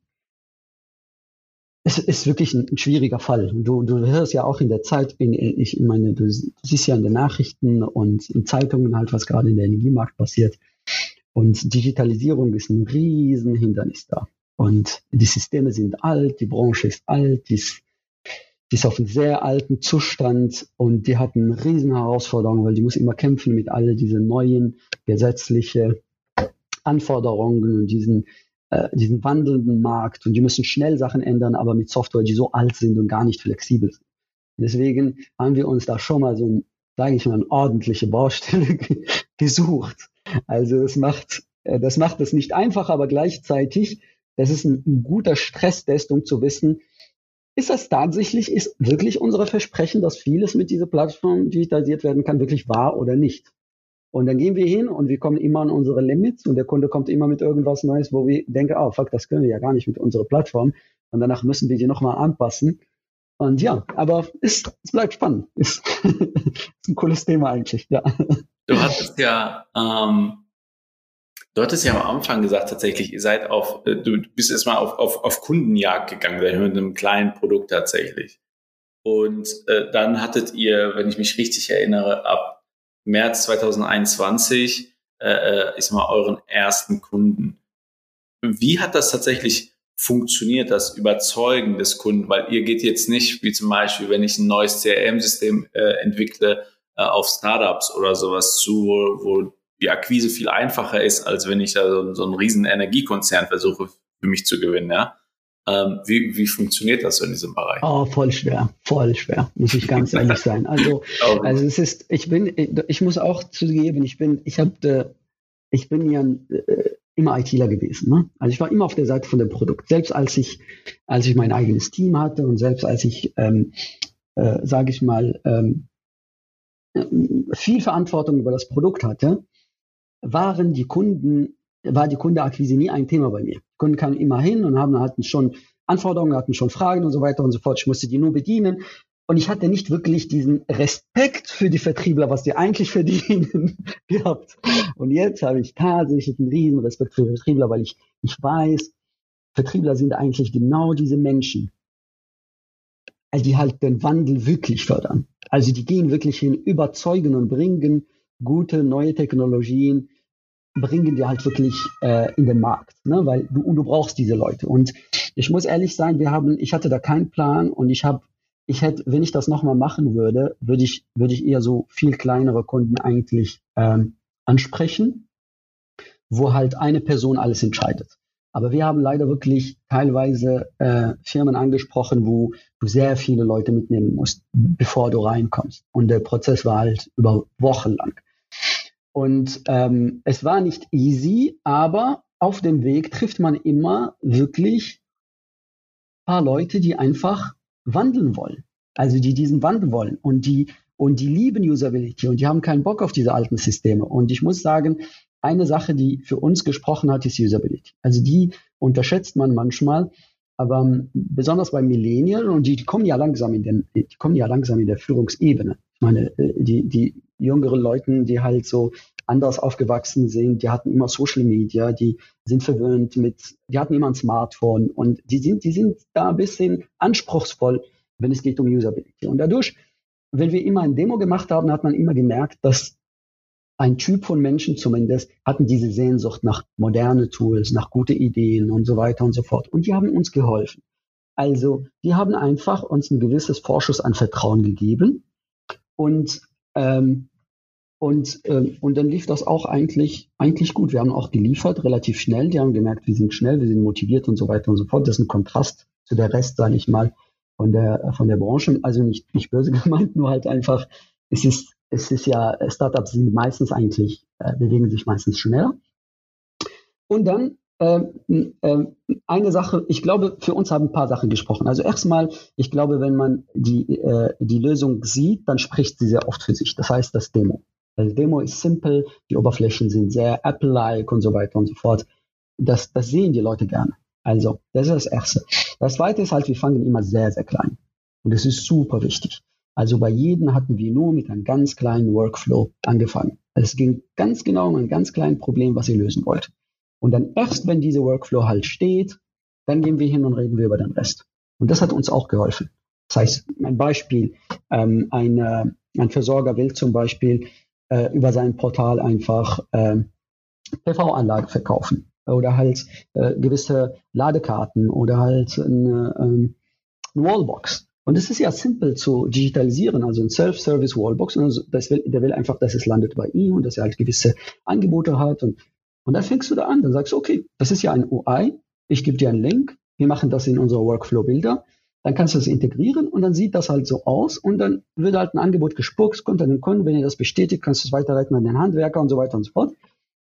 Speaker 2: es ist wirklich ein, ein schwieriger Fall. Du, du hörst ja auch in der Zeit, in, ich meine, du siehst ja in den Nachrichten und in Zeitungen halt, was gerade in der Energiemarkt passiert. Und Digitalisierung ist ein riesen Hindernis da. Und die Systeme sind alt, die Branche ist alt, die ist, die ist auf einem sehr alten Zustand und die hat eine riesen Herausforderung, weil die muss immer kämpfen mit all diesen neuen gesetzlichen Anforderungen und diesen diesen wandelnden Markt und die müssen schnell Sachen ändern, aber mit Software, die so alt sind und gar nicht flexibel sind. Deswegen haben wir uns da schon mal so ein, sage ich mal, eine ordentliche Baustelle gesucht. Also das macht, das macht es nicht einfach, aber gleichzeitig, das ist ein, ein guter Stresstest, um zu wissen, ist das tatsächlich, ist wirklich unser Versprechen, dass vieles mit dieser Plattform digitalisiert werden kann, wirklich wahr oder nicht? Und dann gehen wir hin und wir kommen immer an unsere Limits und der Kunde kommt immer mit irgendwas Neues, wo wir denken, oh fuck, das können wir ja gar nicht mit unserer Plattform. Und danach müssen wir die nochmal anpassen. Und ja, aber es, es bleibt spannend. Ist, ist ein cooles Thema eigentlich, ja.
Speaker 3: Du hattest ja, ähm, du hattest ja am Anfang gesagt, tatsächlich, ihr seid auf, du bist erstmal auf, auf, auf Kundenjagd gegangen, mit einem kleinen Produkt tatsächlich. Und äh, dann hattet ihr, wenn ich mich richtig erinnere, ab März zweitausendeinundzwanzig, äh, ich sag mal, euren ersten Kunden. Wie hat das tatsächlich funktioniert, das Überzeugen des Kunden? Weil ihr geht jetzt nicht, wie zum Beispiel, wenn ich ein neues C R M-System äh, entwickle, äh, auf Startups oder sowas zu, wo, wo die Akquise viel einfacher ist, als wenn ich da so, so einen riesen Energiekonzern versuche, für mich zu gewinnen, ja? Ähm, wie, wie funktioniert das so in diesem Bereich?
Speaker 2: Oh, voll schwer, voll schwer, muss ich ganz ehrlich sein. Also, also es ist, ich bin, ich muss auch zugeben, ich bin, ich habe, ich bin ja äh, immer ITler gewesen, ne? Also ich war immer auf der Seite von dem Produkt. Selbst als ich, als ich mein eigenes Team hatte und selbst als ich, ähm, äh, sage ich mal, ähm, viel Verantwortung über das Produkt hatte, waren die Kunden war die Kundenakquise nie ein Thema bei mir. Die Kunden kamen immer hin und haben hatten schon Anforderungen, hatten schon Fragen und so weiter und so fort. Ich musste die nur bedienen. Und ich hatte nicht wirklich diesen Respekt für die Vertriebler, was die eigentlich verdienen, gehabt. Und jetzt habe ich tatsächlich einen riesen Respekt für Vertriebler, weil ich, ich weiß, Vertriebler sind eigentlich genau diese Menschen, die halt den Wandel wirklich fördern. Also die gehen wirklich hin, überzeugen und bringen gute neue Technologien, bringen die halt wirklich äh, in den Markt, ne? Weil du, du brauchst diese Leute. Und ich muss ehrlich sein, wir haben, ich hatte da keinen Plan und ich habe ich hätte, wenn ich das nochmal machen würde, würde ich, würde ich eher so viel kleinere Kunden eigentlich ähm, ansprechen, wo halt eine Person alles entscheidet. Aber wir haben leider wirklich teilweise äh, Firmen angesprochen, wo du sehr viele Leute mitnehmen musst, bevor du reinkommst. Und der Prozess war halt über Wochen lang. Und ähm, es war nicht easy, aber auf dem Weg trifft man immer wirklich ein paar Leute, die einfach wandeln wollen. Also die diesen Wandel wollen und die, und die lieben Usability und die haben keinen Bock auf diese alten Systeme. Und ich muss sagen, eine Sache, die für uns gesprochen hat, ist Usability. Also die unterschätzt man manchmal, aber um, besonders bei Millennials, und die, die kommen ja langsam in den, die kommen ja langsam in der Führungsebene. Ich meine, die, die jüngeren Leute, die halt so anders aufgewachsen sind, die hatten immer Social Media, die sind verwöhnt mit, die hatten immer ein Smartphone und die sind, die sind da ein bisschen anspruchsvoll, wenn es geht um Usability. Und dadurch, wenn wir immer ein Demo gemacht haben, hat man immer gemerkt, dass ein Typ von Menschen zumindest hatten diese Sehnsucht nach moderne Tools, nach gute Ideen und so weiter und so fort. Und die haben uns geholfen. Also, die haben einfach uns ein gewisses Vorschuss an Vertrauen gegeben. Und, ähm, und, ähm, und dann lief das auch eigentlich, eigentlich gut. Wir haben auch geliefert, relativ schnell. Die haben gemerkt, wir sind schnell, wir sind motiviert und so weiter und so fort. Das ist ein Kontrast zu der Rest, sage ich mal, von der, von der Branche. Also nicht, nicht böse gemeint, nur halt einfach, es ist, Es ist ja, Startups sind meistens eigentlich, äh, bewegen sich meistens schneller. Und dann äh, äh, eine Sache, ich glaube, für uns haben ein paar Sachen gesprochen. Also erstmal, ich glaube, wenn man die, äh, die Lösung sieht, dann spricht sie sehr oft für sich. Das heißt, das Demo. Das Demo ist simpel, die Oberflächen sind sehr Apple-like und so weiter und so fort. Das, das sehen die Leute gerne. Also, das ist das Erste. Das Zweite ist halt, wir fangen immer sehr, sehr klein. Und das ist super wichtig. Also bei jedem hatten wir nur mit einem ganz kleinen Workflow angefangen. Also es ging ganz genau um ein ganz kleines Problem, was ihr lösen wollt. Und dann erst, wenn dieser Workflow halt steht, dann gehen wir hin und reden wir über den Rest. Und das hat uns auch geholfen. Das heißt, ein Beispiel, ähm, ein, äh, ein Versorger will zum Beispiel äh, über sein Portal einfach äh, P V-Anlage verkaufen oder halt äh, gewisse Ladekarten oder halt eine, ähm, eine Wallbox. Und es ist ja simpel zu digitalisieren, also ein Self-Service Wallbox. Und das will, der will einfach, dass es landet bei ihm und dass er halt gewisse Angebote hat. Und, und dann fängst du da an, dann sagst du, okay, das ist ja ein U I, ich gebe dir einen Link, wir machen das in unsere Workflow-Bilder, dann kannst du das integrieren und dann sieht das halt so aus und dann wird halt ein Angebot gespuckt, kommt an den Kunden, wenn ihr das bestätigt, kannst du es weiterleiten an den Handwerker und so weiter und so fort.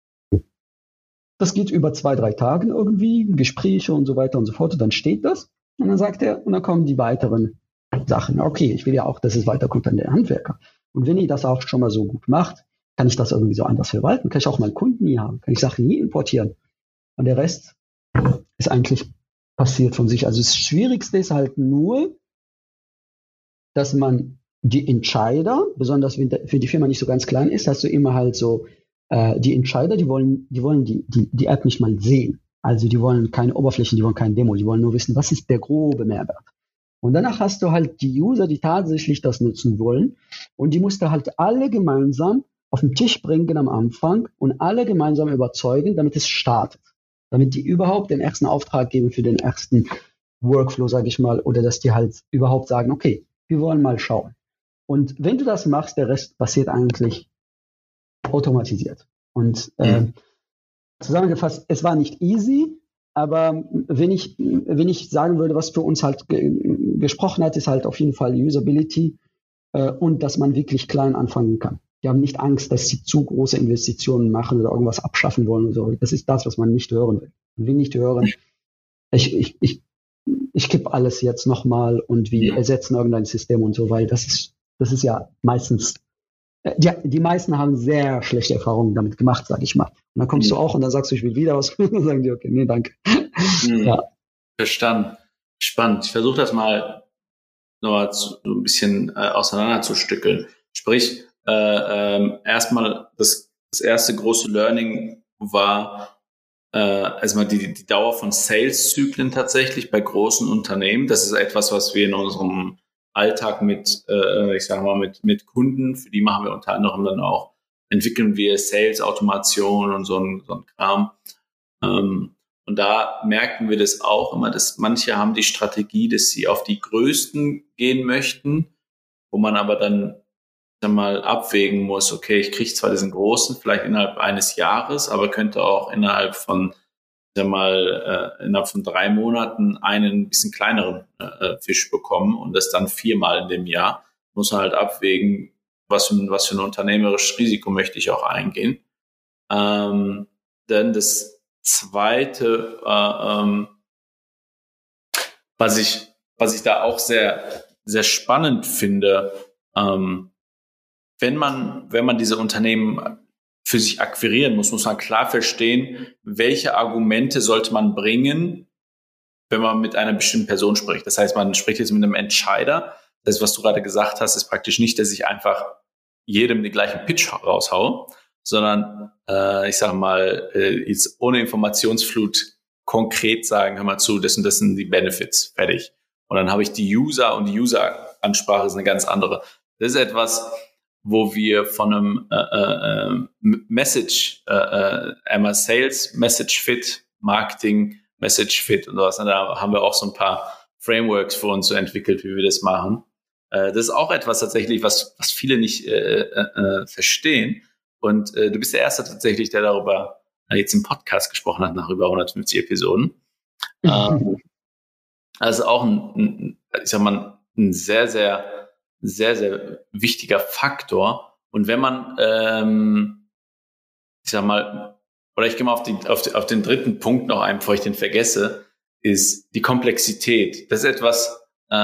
Speaker 2: Das geht über zwei, drei Tage irgendwie, Gespräche und so weiter und so fort, und dann steht das und dann sagt er, und dann kommen die weiteren Sachen. Okay, ich will ja auch, dass es weiterkommt an den Handwerker. Und wenn ihr das auch schon mal so gut macht, kann ich das irgendwie so anders verwalten. Kann ich auch mal Kunden hier haben. Kann ich Sachen hier importieren. Und der Rest ist eigentlich passiert von sich. Also das Schwierigste ist halt nur, dass man die Entscheider, besonders wenn für die Firma nicht so ganz klein ist, hast du immer halt so äh, die Entscheider, die wollen, die wollen die, die, die App nicht mal sehen. Also die wollen keine Oberflächen, die wollen kein Demo, die wollen nur wissen, was ist der grobe Mehrwert. Und danach hast du halt die User, die tatsächlich das nutzen wollen. Und die musst du halt alle gemeinsam auf den Tisch bringen am Anfang und alle gemeinsam überzeugen, damit es startet. Damit die überhaupt den ersten Auftrag geben für den ersten Workflow, sage ich mal. Oder dass die halt überhaupt sagen, okay, wir wollen mal schauen. Und wenn du das machst, der Rest passiert eigentlich automatisiert. Und äh, mhm. zusammengefasst, es war nicht easy. Aber wenn ich, wenn ich sagen würde, was für uns halt ge- gesprochen hat, ist halt auf jeden Fall Usability äh, und dass man wirklich klein anfangen kann. Die haben nicht Angst, dass sie zu große Investitionen machen oder irgendwas abschaffen wollen oder so. Das ist das, was man nicht hören will. Man will nicht hören, ich, ich, ich, ich kipp alles jetzt nochmal und wir ersetzen irgendein System und so, weil das ist, das ist ja meistens, äh, die, die meisten haben sehr schlechte Erfahrungen damit gemacht, sag ich mal. Und dann kommst mhm. du auch und dann sagst du, ich will wieder was. Und dann sagen die, okay, nee, danke.
Speaker 3: Mhm. Ja. Verstanden. Spannend. Ich versuche das mal nochmal so ein bisschen äh, auseinanderzustückeln. Sprich, äh, ähm, erstmal das, das erste große Learning war äh, erstmal die, die Dauer von Sales-Zyklen tatsächlich bei großen Unternehmen. Das ist etwas, was wir in unserem Alltag mit, äh, ich sage mal, mit, mit Kunden, für die machen wir unter anderem dann auch, entwickeln wir Sales-Automation und so ein, so ein Kram. Ähm, Und da merken wir das auch immer, dass manche haben die Strategie, dass sie auf die Größten gehen möchten, wo man aber dann, dann mal abwägen muss, okay, ich kriege zwar diesen Großen vielleicht innerhalb eines Jahres, aber könnte auch innerhalb von, sag mal, äh, innerhalb von drei Monaten einen bisschen kleineren äh, Fisch bekommen und das dann viermal in dem Jahr. Muss man halt abwägen, was für ein, was für ein unternehmerisches Risiko möchte ich auch eingehen. Ähm, dann das Zweite, äh, ähm, was ich, was ich da auch sehr, sehr spannend finde, ähm, wenn man, wenn man diese Unternehmen für sich akquirieren muss, muss man klar verstehen, welche Argumente sollte man bringen, wenn man mit einer bestimmten Person spricht. Das heißt, man spricht jetzt mit einem Entscheider. Das heißt, was du gerade gesagt hast, ist praktisch nicht, dass ich einfach jedem den gleichen Pitch raushaue, sondern äh, ich sage mal, äh, jetzt ohne Informationsflut konkret sagen, hör mal zu, das und das sind die Benefits, fertig. Und dann habe ich die User und die User-Ansprache ist eine ganz andere. Das ist etwas, wo wir von einem äh, äh, Message, äh, äh, einmal Sales, Message Fit, Marketing, Message Fit und sowas. Und da haben wir auch so ein paar Frameworks für uns so entwickelt, wie wir das machen. Äh, das ist auch etwas tatsächlich, was, was viele nicht äh, äh, verstehen. Und äh, du bist der Erste tatsächlich, der darüber äh, jetzt im Podcast gesprochen hat, nach über hundertfünfzig Episoden. ähm, also auch ein, ein, ich sag mal, ein sehr, sehr sehr, sehr wichtiger Faktor. Und wenn man, ähm, ich sag mal, oder ich gehe mal auf, die, auf, die, auf den dritten Punkt noch ein, bevor ich den vergesse, ist die Komplexität. Das ist etwas,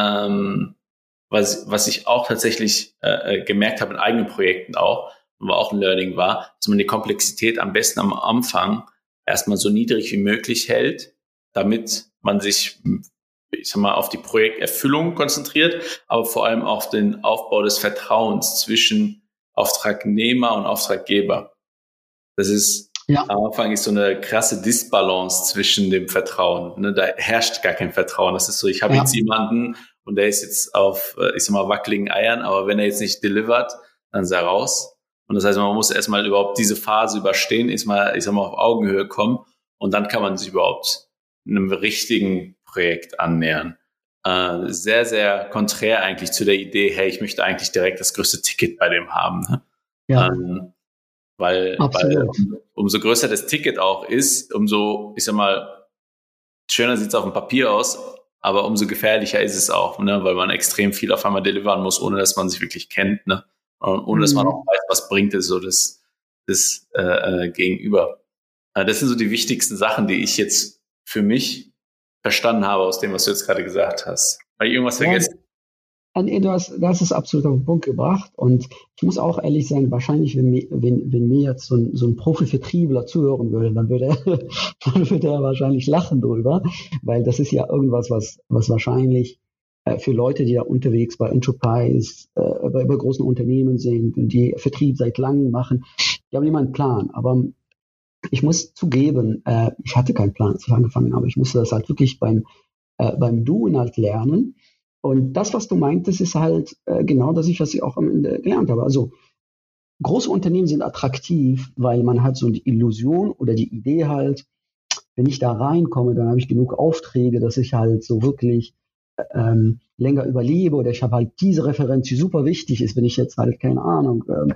Speaker 3: ähm, was, was ich auch tatsächlich äh, gemerkt habe in eigenen Projekten auch, wo auch ein Learning war, dass man die Komplexität am besten am Anfang erstmal so niedrig wie möglich hält, damit man sich, ich sag mal, auf die Projekterfüllung konzentriert, aber vor allem auf den Aufbau des Vertrauens zwischen Auftragnehmer und Auftraggeber. Das ist, ja. Am Anfang ist so eine krasse Disbalance zwischen dem Vertrauen. Ne? Da herrscht gar kein Vertrauen. Das ist so, ich habe ja. jetzt jemanden und der ist jetzt auf, ich sag mal, wackeligen Eiern, aber wenn er jetzt nicht delivert, dann ist er raus. Und das heißt, man muss erstmal überhaupt diese Phase überstehen, erstmal, ich sag mal, auf Augenhöhe kommen und dann kann man sich überhaupt einem richtigen Projekt annähern. Äh, sehr, sehr konträr eigentlich zu der Idee, hey, ich möchte eigentlich direkt das größte Ticket bei dem haben. Ne? Ja. Ähm, weil, weil umso größer das Ticket auch ist, umso, ich sag mal, schöner sieht es auf dem Papier aus, aber umso gefährlicher ist es auch, ne? Weil man extrem viel auf einmal delivern muss, ohne dass man sich wirklich kennt, ne? Und ohne mhm. dass man auch weiß, was bringt es so das, das äh, Gegenüber. Äh, das sind so die wichtigsten Sachen, die ich jetzt für mich verstanden habe aus dem, was du jetzt gerade gesagt hast. Habe ich irgendwas vergessen?
Speaker 2: Ja, nee, du hast, du hast es absolut auf den Punkt gebracht. Und ich muss auch ehrlich sein, wahrscheinlich, wenn mir, wenn, wenn mir jetzt so ein, so ein Profi-Vertriebler zuhören würde, dann würde er, dann würde er wahrscheinlich lachen drüber, weil das ist ja irgendwas, was, was wahrscheinlich äh, für Leute, die da unterwegs bei Enterprise, äh, bei, bei großen Unternehmen sind und die Vertrieb seit langem machen, die haben immer einen Plan. Aber ich muss zugeben, äh, ich hatte keinen Plan, als ich angefangen habe. Ich musste das halt wirklich beim, äh, beim Doing halt lernen. Und das, was du meintest, ist halt äh, genau das, was ich auch am Ende gelernt habe. Also große Unternehmen sind attraktiv, weil man hat so die Illusion oder die Idee halt, wenn ich da reinkomme, dann habe ich genug Aufträge, dass ich halt so wirklich ähm, länger überlebe oder ich habe halt diese Referenz, die super wichtig ist, wenn ich jetzt halt, keine Ahnung, ähm,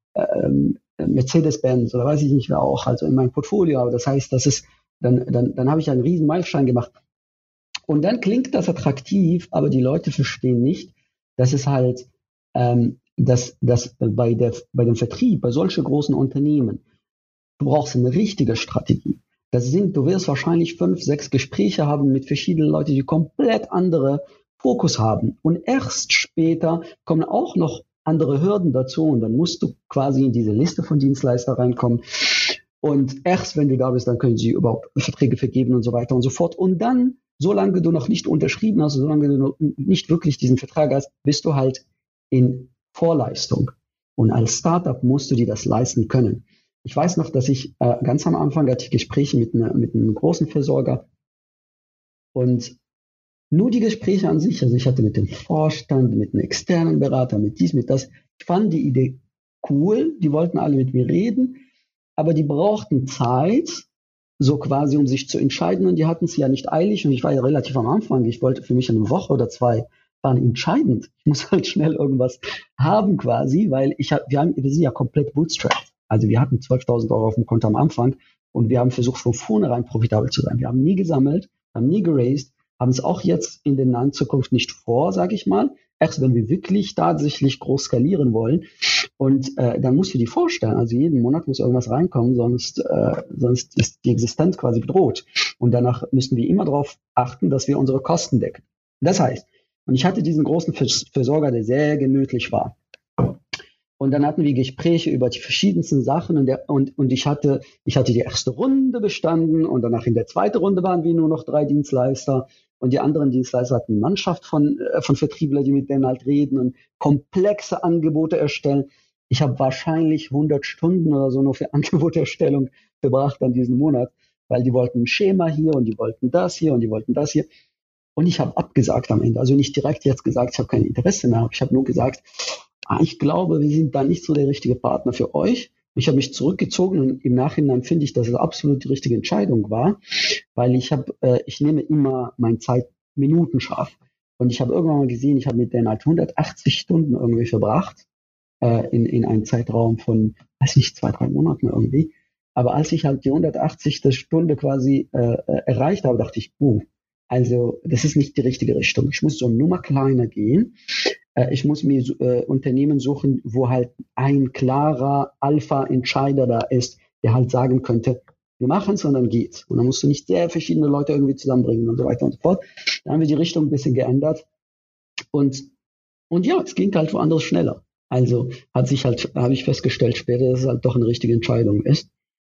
Speaker 2: ähm, Mercedes-Benz oder weiß ich nicht wer auch, also in meinem Portfolio habe. Das heißt, das ist, dann, dann, dann habe ich einen riesen Meilenstein gemacht. Und dann klingt das attraktiv, aber die Leute verstehen nicht, dass es halt, ähm, dass, dass bei der, bei dem Vertrieb, bei solchen großen Unternehmen, du brauchst eine richtige Strategie. Das sind, du wirst wahrscheinlich fünf, sechs Gespräche haben mit verschiedenen Leuten, die komplett andere Fokus haben. Und erst später kommen auch noch andere Hürden dazu und dann musst du quasi in diese Liste von Dienstleistern reinkommen. Und erst wenn du da bist, dann können sie überhaupt Verträge vergeben und so weiter und so fort. Und dann, solange du noch nicht unterschrieben hast, solange du noch nicht wirklich diesen Vertrag hast, bist du halt in Vorleistung. Und als Startup musst du dir das leisten können. Ich weiß noch, dass ich äh, ganz am Anfang hatte ich Gespräche mit, ne, mit einem großen Versorger und nur die Gespräche an sich, also ich hatte mit dem Vorstand, mit einem externen Berater, mit dies, mit das, ich fand die Idee cool, die wollten alle mit mir reden, aber die brauchten Zeit, so quasi, um sich zu entscheiden. Und die hatten es ja nicht eilig. Und ich war ja relativ am Anfang. Ich wollte für mich eine Woche oder zwei waren entscheidend. Ich muss halt schnell irgendwas haben quasi, weil ich hab, wir, haben, wir sind ja komplett bootstrapped. Also wir hatten zwölftausend Euro auf dem Konto am Anfang und wir haben versucht, von vornherein profitabel zu sein. Wir haben nie gesammelt, haben nie geraced, haben es auch jetzt in der nahen Zukunft nicht vor, sage ich mal. Erst wenn wir wirklich tatsächlich groß skalieren wollen. Und äh, dann musst du dir vorstellen, also jeden Monat muss irgendwas reinkommen, sonst, äh, sonst ist die Existenz quasi bedroht. Und danach müssen wir immer darauf achten, dass wir unsere Kosten decken. Das heißt, und ich hatte diesen großen Versorger, der sehr gemütlich war. Und dann hatten wir Gespräche über die verschiedensten Sachen und, der, und, und ich hatte, ich hatte die erste Runde bestanden und danach in der zweiten Runde waren wir nur noch drei Dienstleister und die anderen Dienstleister hatten eine Mannschaft von, äh, von Vertrieblern, die mit denen halt reden und komplexe Angebote erstellen. Ich habe wahrscheinlich hundert Stunden oder so nur für Angeboterstellung verbracht an diesem Monat, weil die wollten ein Schema hier und die wollten das hier und die wollten das hier. Und ich habe abgesagt am Ende. Also nicht direkt jetzt gesagt, ich habe kein Interesse mehr. Ich habe nur gesagt, ah, ich glaube, wir sind da nicht so der richtige Partner für euch. Ich habe mich zurückgezogen und im Nachhinein finde ich, dass es absolut die richtige Entscheidung war, weil ich habe, äh, ich nehme immer meine Zeit minutenscharf. Und ich habe irgendwann mal gesehen, ich habe mit denen halt hundertachtzig Stunden irgendwie verbracht, äh, in, in einem Zeitraum von, weiß nicht, zwei, drei Monaten irgendwie. Aber als ich halt die hundertachtzigste Stunde quasi äh, erreicht habe, dachte ich, uh, also das ist nicht die richtige Richtung. Ich muss so eine Nummer kleiner gehen. Äh, ich muss mir äh, Unternehmen suchen, wo halt ein klarer Alpha-Entscheider da ist, der halt sagen könnte, wir machen es und dann geht's. Und dann musst du nicht sehr verschiedene Leute irgendwie zusammenbringen und so weiter und so fort. Dann haben wir die Richtung ein bisschen geändert. Und, und ja, es ging halt woanders schneller. Also hat sich halt, habe ich festgestellt später, dass es halt doch eine richtige Entscheidung ist.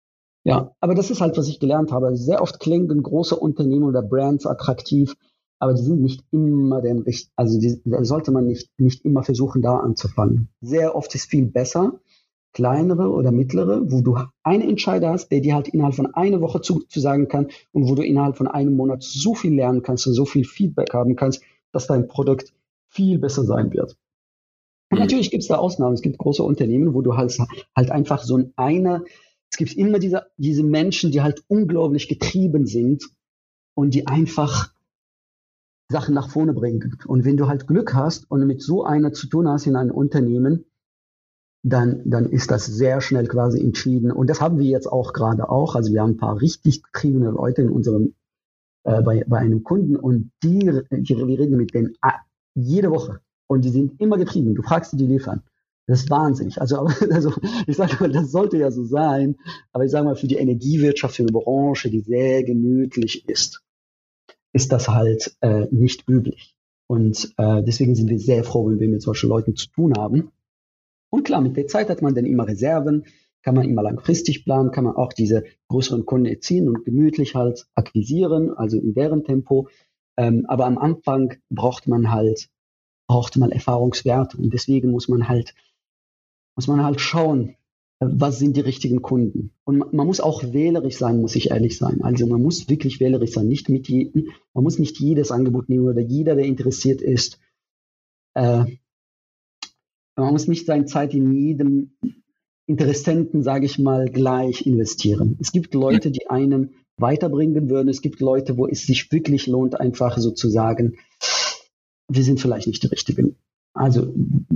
Speaker 2: Ja, aber das ist halt, was ich gelernt habe. Sehr oft klingen große Unternehmen oder Brands attraktiv, aber die sind nicht immer den richtigen, also die, da sollte man nicht, nicht immer versuchen, da anzufangen. Sehr oft ist viel besser, kleinere oder mittlere, wo du einen Entscheider hast, der dir halt innerhalb von einer Woche zu, zu sagen kann und wo du innerhalb von einem Monat so viel lernen kannst und so viel Feedback haben kannst, dass dein Produkt viel besser sein wird. Und natürlich gibt es da Ausnahmen. Es gibt große Unternehmen, wo du halt, halt einfach so ein einer Es gibt immer diese, diese Menschen, die halt unglaublich getrieben sind und die einfach Sachen nach vorne bringen. Und wenn du halt Glück hast und mit so einer zu tun hast in einem Unternehmen, dann, dann ist das sehr schnell quasi entschieden. Und das haben wir jetzt auch gerade auch. Also wir haben ein paar richtig getriebene Leute in unserem, äh, bei, bei einem Kunden und die, die, wir reden mit denen jede Woche und die sind immer getrieben. Du fragst sie, die liefern. Das ist wahnsinnig. Also, also ich sage mal, das sollte ja so sein. Aber ich sage mal, für die Energiewirtschaft, für eine Branche, die sehr gemütlich ist, ist das halt äh, nicht üblich. Und äh, deswegen sind wir sehr froh, wenn wir mit solchen Leuten zu tun haben. Und klar, mit der Zeit hat man dann immer Reserven, kann man immer langfristig planen, kann man auch diese größeren Kunden erziehen und gemütlich halt akquisieren, also in deren Tempo. Ähm, aber am Anfang braucht man halt, braucht man Erfahrungswerte und deswegen muss man halt muss man halt schauen, was sind die richtigen Kunden. Und man, man muss auch wählerisch sein, muss ich ehrlich sein. Also man muss wirklich wählerisch sein, nicht mit jedem, man muss nicht jedes Angebot nehmen oder jeder, der interessiert ist. Äh, man muss nicht seine Zeit in jedem Interessenten, sage ich mal, gleich investieren. Es gibt Leute, die einen weiterbringen würden. Es gibt Leute, wo es sich wirklich lohnt, einfach so zu sagen, wir sind vielleicht nicht die Richtigen. Also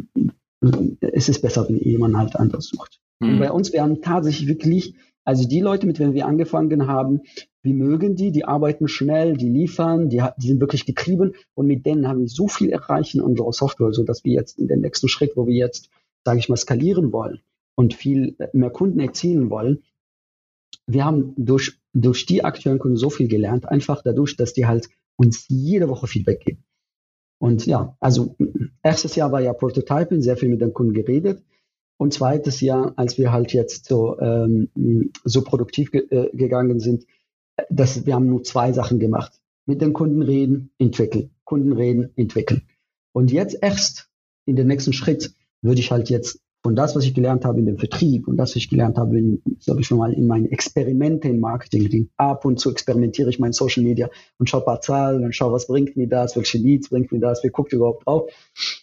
Speaker 2: es ist besser, wenn jemand halt anders sucht. Mhm. Und bei uns, wir haben tatsächlich wirklich, also die Leute, mit denen wir angefangen haben, wir mögen die, die arbeiten schnell, die liefern, die, die sind wirklich getrieben und mit denen haben wir so viel erreicht in unserer Software, so dass wir jetzt in den nächsten Schritt, wo wir jetzt, sage ich mal, skalieren wollen und viel mehr Kunden erzielen wollen, wir haben durch, durch die aktuellen Kunden so viel gelernt, einfach dadurch, dass die halt uns jede Woche Feedback geben. Und ja, also erstes Jahr war ja Prototyping, sehr viel mit den Kunden geredet. Und zweites Jahr, als wir halt jetzt so, ähm, so produktiv ge- äh, gegangen sind, dass wir haben nur zwei Sachen gemacht. Mit den Kunden reden, entwickeln. Kunden reden, entwickeln. Und jetzt erst in den nächsten Schritt würde ich halt jetzt von das, was ich gelernt habe in dem Vertrieb und das, was ich gelernt habe, in, sag ich mal, in meinen Experimente im Marketing, ab und zu experimentiere ich mein Social Media und schaue ein paar Zahlen und schaue, was bringt mir das, welche Leads bringt mir das, wer guckt überhaupt drauf.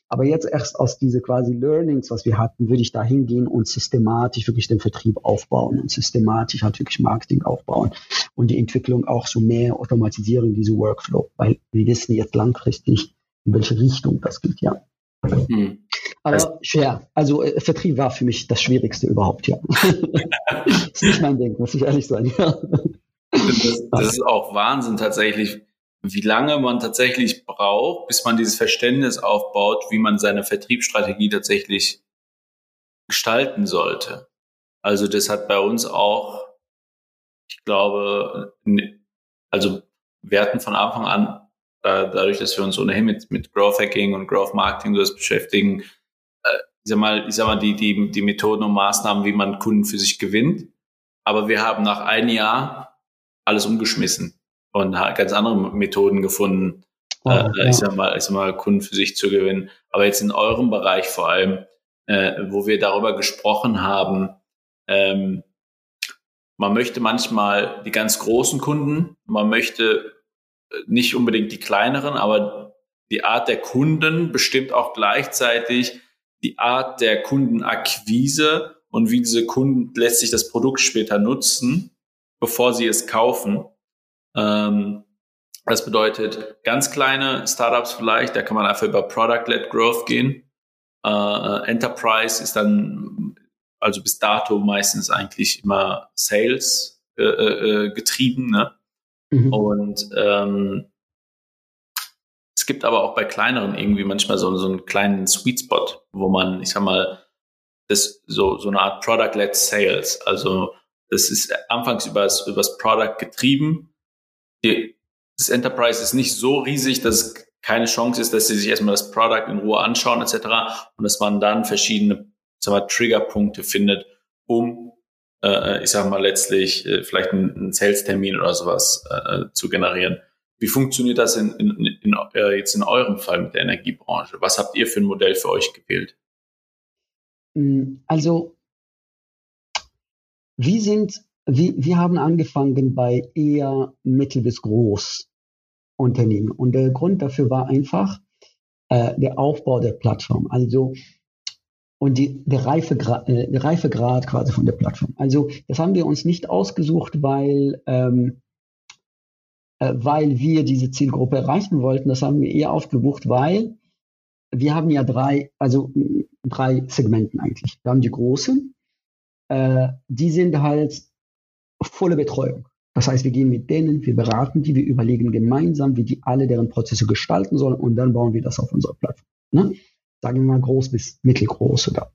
Speaker 2: Aber jetzt erst aus diese quasi Learnings, was wir hatten, würde ich da hingehen und systematisch wirklich den Vertrieb aufbauen und systematisch halt wirklich Marketing aufbauen und die Entwicklung auch so mehr automatisieren, diese Workflow, weil wir wissen jetzt langfristig, in welche Richtung das geht, ja. Hm. Aber also, schwer. Also äh, Vertrieb war für mich das Schwierigste überhaupt, ja. Das ist nicht mein Ding, muss ich ehrlich sein. Ja.
Speaker 3: Das, das ist auch Wahnsinn tatsächlich, wie lange man tatsächlich braucht, bis man dieses Verständnis aufbaut, wie man seine Vertriebsstrategie tatsächlich gestalten sollte. Also das hat bei uns auch, ich glaube, also wir hatten von Anfang an, dadurch, dass wir uns ohnehin mit, mit Growth Hacking und Growth Marketing das beschäftigen, äh, ich sag mal, ich sag mal die, die, die Methoden und Maßnahmen, wie man Kunden für sich gewinnt. Aber wir haben nach einem Jahr alles umgeschmissen und ganz andere Methoden gefunden, oh, äh, ja. ich sag mal, ich sag mal, Kunden für sich zu gewinnen. Aber jetzt in eurem Bereich vor allem, äh, wo wir darüber gesprochen haben, ähm, man möchte manchmal die ganz großen Kunden, man möchte nicht unbedingt die kleineren, aber die Art der Kunden bestimmt auch gleichzeitig die Art der Kundenakquise und wie diese Kunden letztlich das Produkt später nutzen, bevor sie es kaufen. Ähm, das bedeutet, ganz kleine Startups vielleicht, da kann man einfach über Product-led Growth gehen. Äh, Enterprise ist dann, also bis dato meistens eigentlich immer Sales äh, äh, getrieben, ne? Mhm. Und ähm, es gibt aber auch bei kleineren irgendwie manchmal so, so einen kleinen Sweet Spot, wo man, ich sag mal, das so, so eine Art Product-led Sales, also das ist anfangs übers, übers Product getrieben. Die, das Enterprise ist nicht so riesig, dass es keine Chance ist, dass sie sich erstmal das Product in Ruhe anschauen et cetera und dass man dann verschiedene, sag mal, Triggerpunkte findet, um Äh, ich sag mal letztlich äh, vielleicht einen, einen Sales-Termin oder sowas äh, zu generieren. Wie funktioniert das in, in, in, äh, jetzt in eurem Fall mit der Energiebranche? Was habt ihr für ein Modell für euch gewählt?
Speaker 2: Also wir sind, wir, wir haben angefangen bei eher mittel- bis groß Unternehmen und der Grund dafür war einfach äh, der Aufbau der Plattform. Also und die, der, Reifegrad, äh, der Reifegrad quasi von der Plattform. Also das haben wir uns nicht ausgesucht, weil, ähm, äh, weil wir diese Zielgruppe erreichen wollten. Das haben wir eher aufgebucht, weil wir haben ja drei, also drei Segmenten eigentlich. Wir haben die großen, äh, die sind halt volle Betreuung. Das heißt, wir gehen mit denen, wir beraten die, wir überlegen gemeinsam, wie die alle deren Prozesse gestalten sollen und dann bauen wir das auf unserer Plattform. Ne? Sagen wir mal groß bis mittelgroß oder.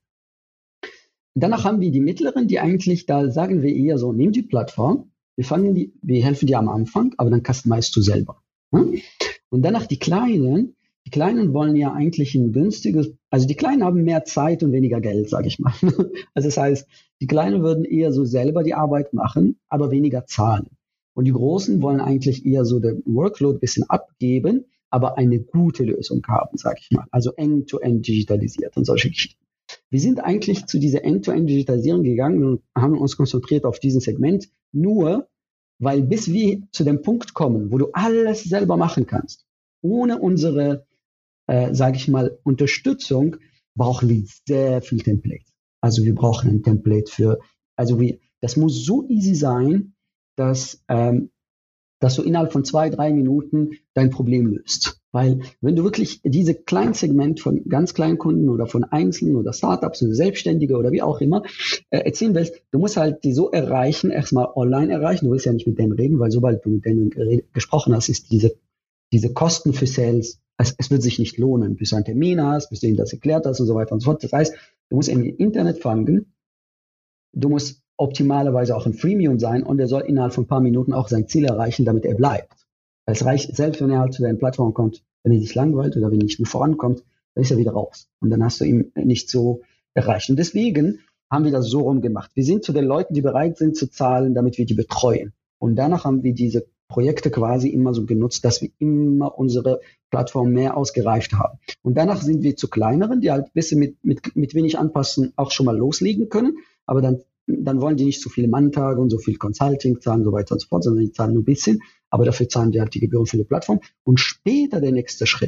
Speaker 2: Danach haben wir die mittleren, die eigentlich, da sagen wir eher so, nimm die Plattform, wir fangen die, wir helfen dir am Anfang, aber dann customizest du selber. Ne? Und danach die kleinen, die kleinen wollen ja eigentlich ein günstiges, also die kleinen haben mehr Zeit und weniger Geld, sage ich mal. Also das heißt, die kleinen würden eher so selber die Arbeit machen, aber weniger zahlen. Und die großen wollen eigentlich eher so den Workload ein bisschen abgeben, aber eine gute Lösung haben, sage ich mal. Also end-to-end digitalisiert und solche Geschichten. Wir sind eigentlich zu dieser End-to-End-Digitalisierung gegangen und haben uns konzentriert auf diesen Segment, nur weil bis wir zu dem Punkt kommen, wo du alles selber machen kannst, ohne unsere, äh, sage ich mal, Unterstützung, brauchen wir sehr viel Template. Also wir brauchen ein Template für, also wir, das muss so easy sein, dass ähm, dass du innerhalb von zwei, drei Minuten dein Problem löst. Weil wenn du wirklich diese kleinen Segment von ganz kleinen Kunden oder von Einzelnen oder Startups oder Selbstständige oder wie auch immer äh, erzählen willst, du musst halt die so erreichen, erstmal online erreichen, du willst ja nicht mit denen reden, weil sobald du mit denen gered- gesprochen hast, ist diese, diese Kosten für Sales, es, es wird sich nicht lohnen, bis du einen Termin hast, bis du ihnen das erklärt hast und so weiter und so fort. Das heißt, du musst im Internet fangen, du musst optimalerweise auch ein Freemium sein und er soll innerhalb von ein paar Minuten auch sein Ziel erreichen, damit er bleibt. Es reicht, selbst wenn er halt zu deiner Plattform kommt, wenn er sich langweilt oder wenn er nicht mehr vorankommt, dann ist er wieder raus. Und dann hast du ihn nicht so erreicht. Und deswegen haben wir das so rum gemacht. Wir sind zu den Leuten, die bereit sind zu zahlen, damit wir die betreuen. Und danach haben wir diese Projekte quasi immer so genutzt, dass wir immer unsere Plattform mehr ausgereift haben. Und danach sind wir zu kleineren, die halt ein bisschen mit, mit, mit wenig Anpassen auch schon mal loslegen können, aber dann dann wollen die nicht so viele Manntage und so viel Consulting zahlen, so weiter und so fort, sondern die zahlen nur ein bisschen, aber dafür zahlen die halt die Gebühren für die Plattform. Und später der nächste Schritt,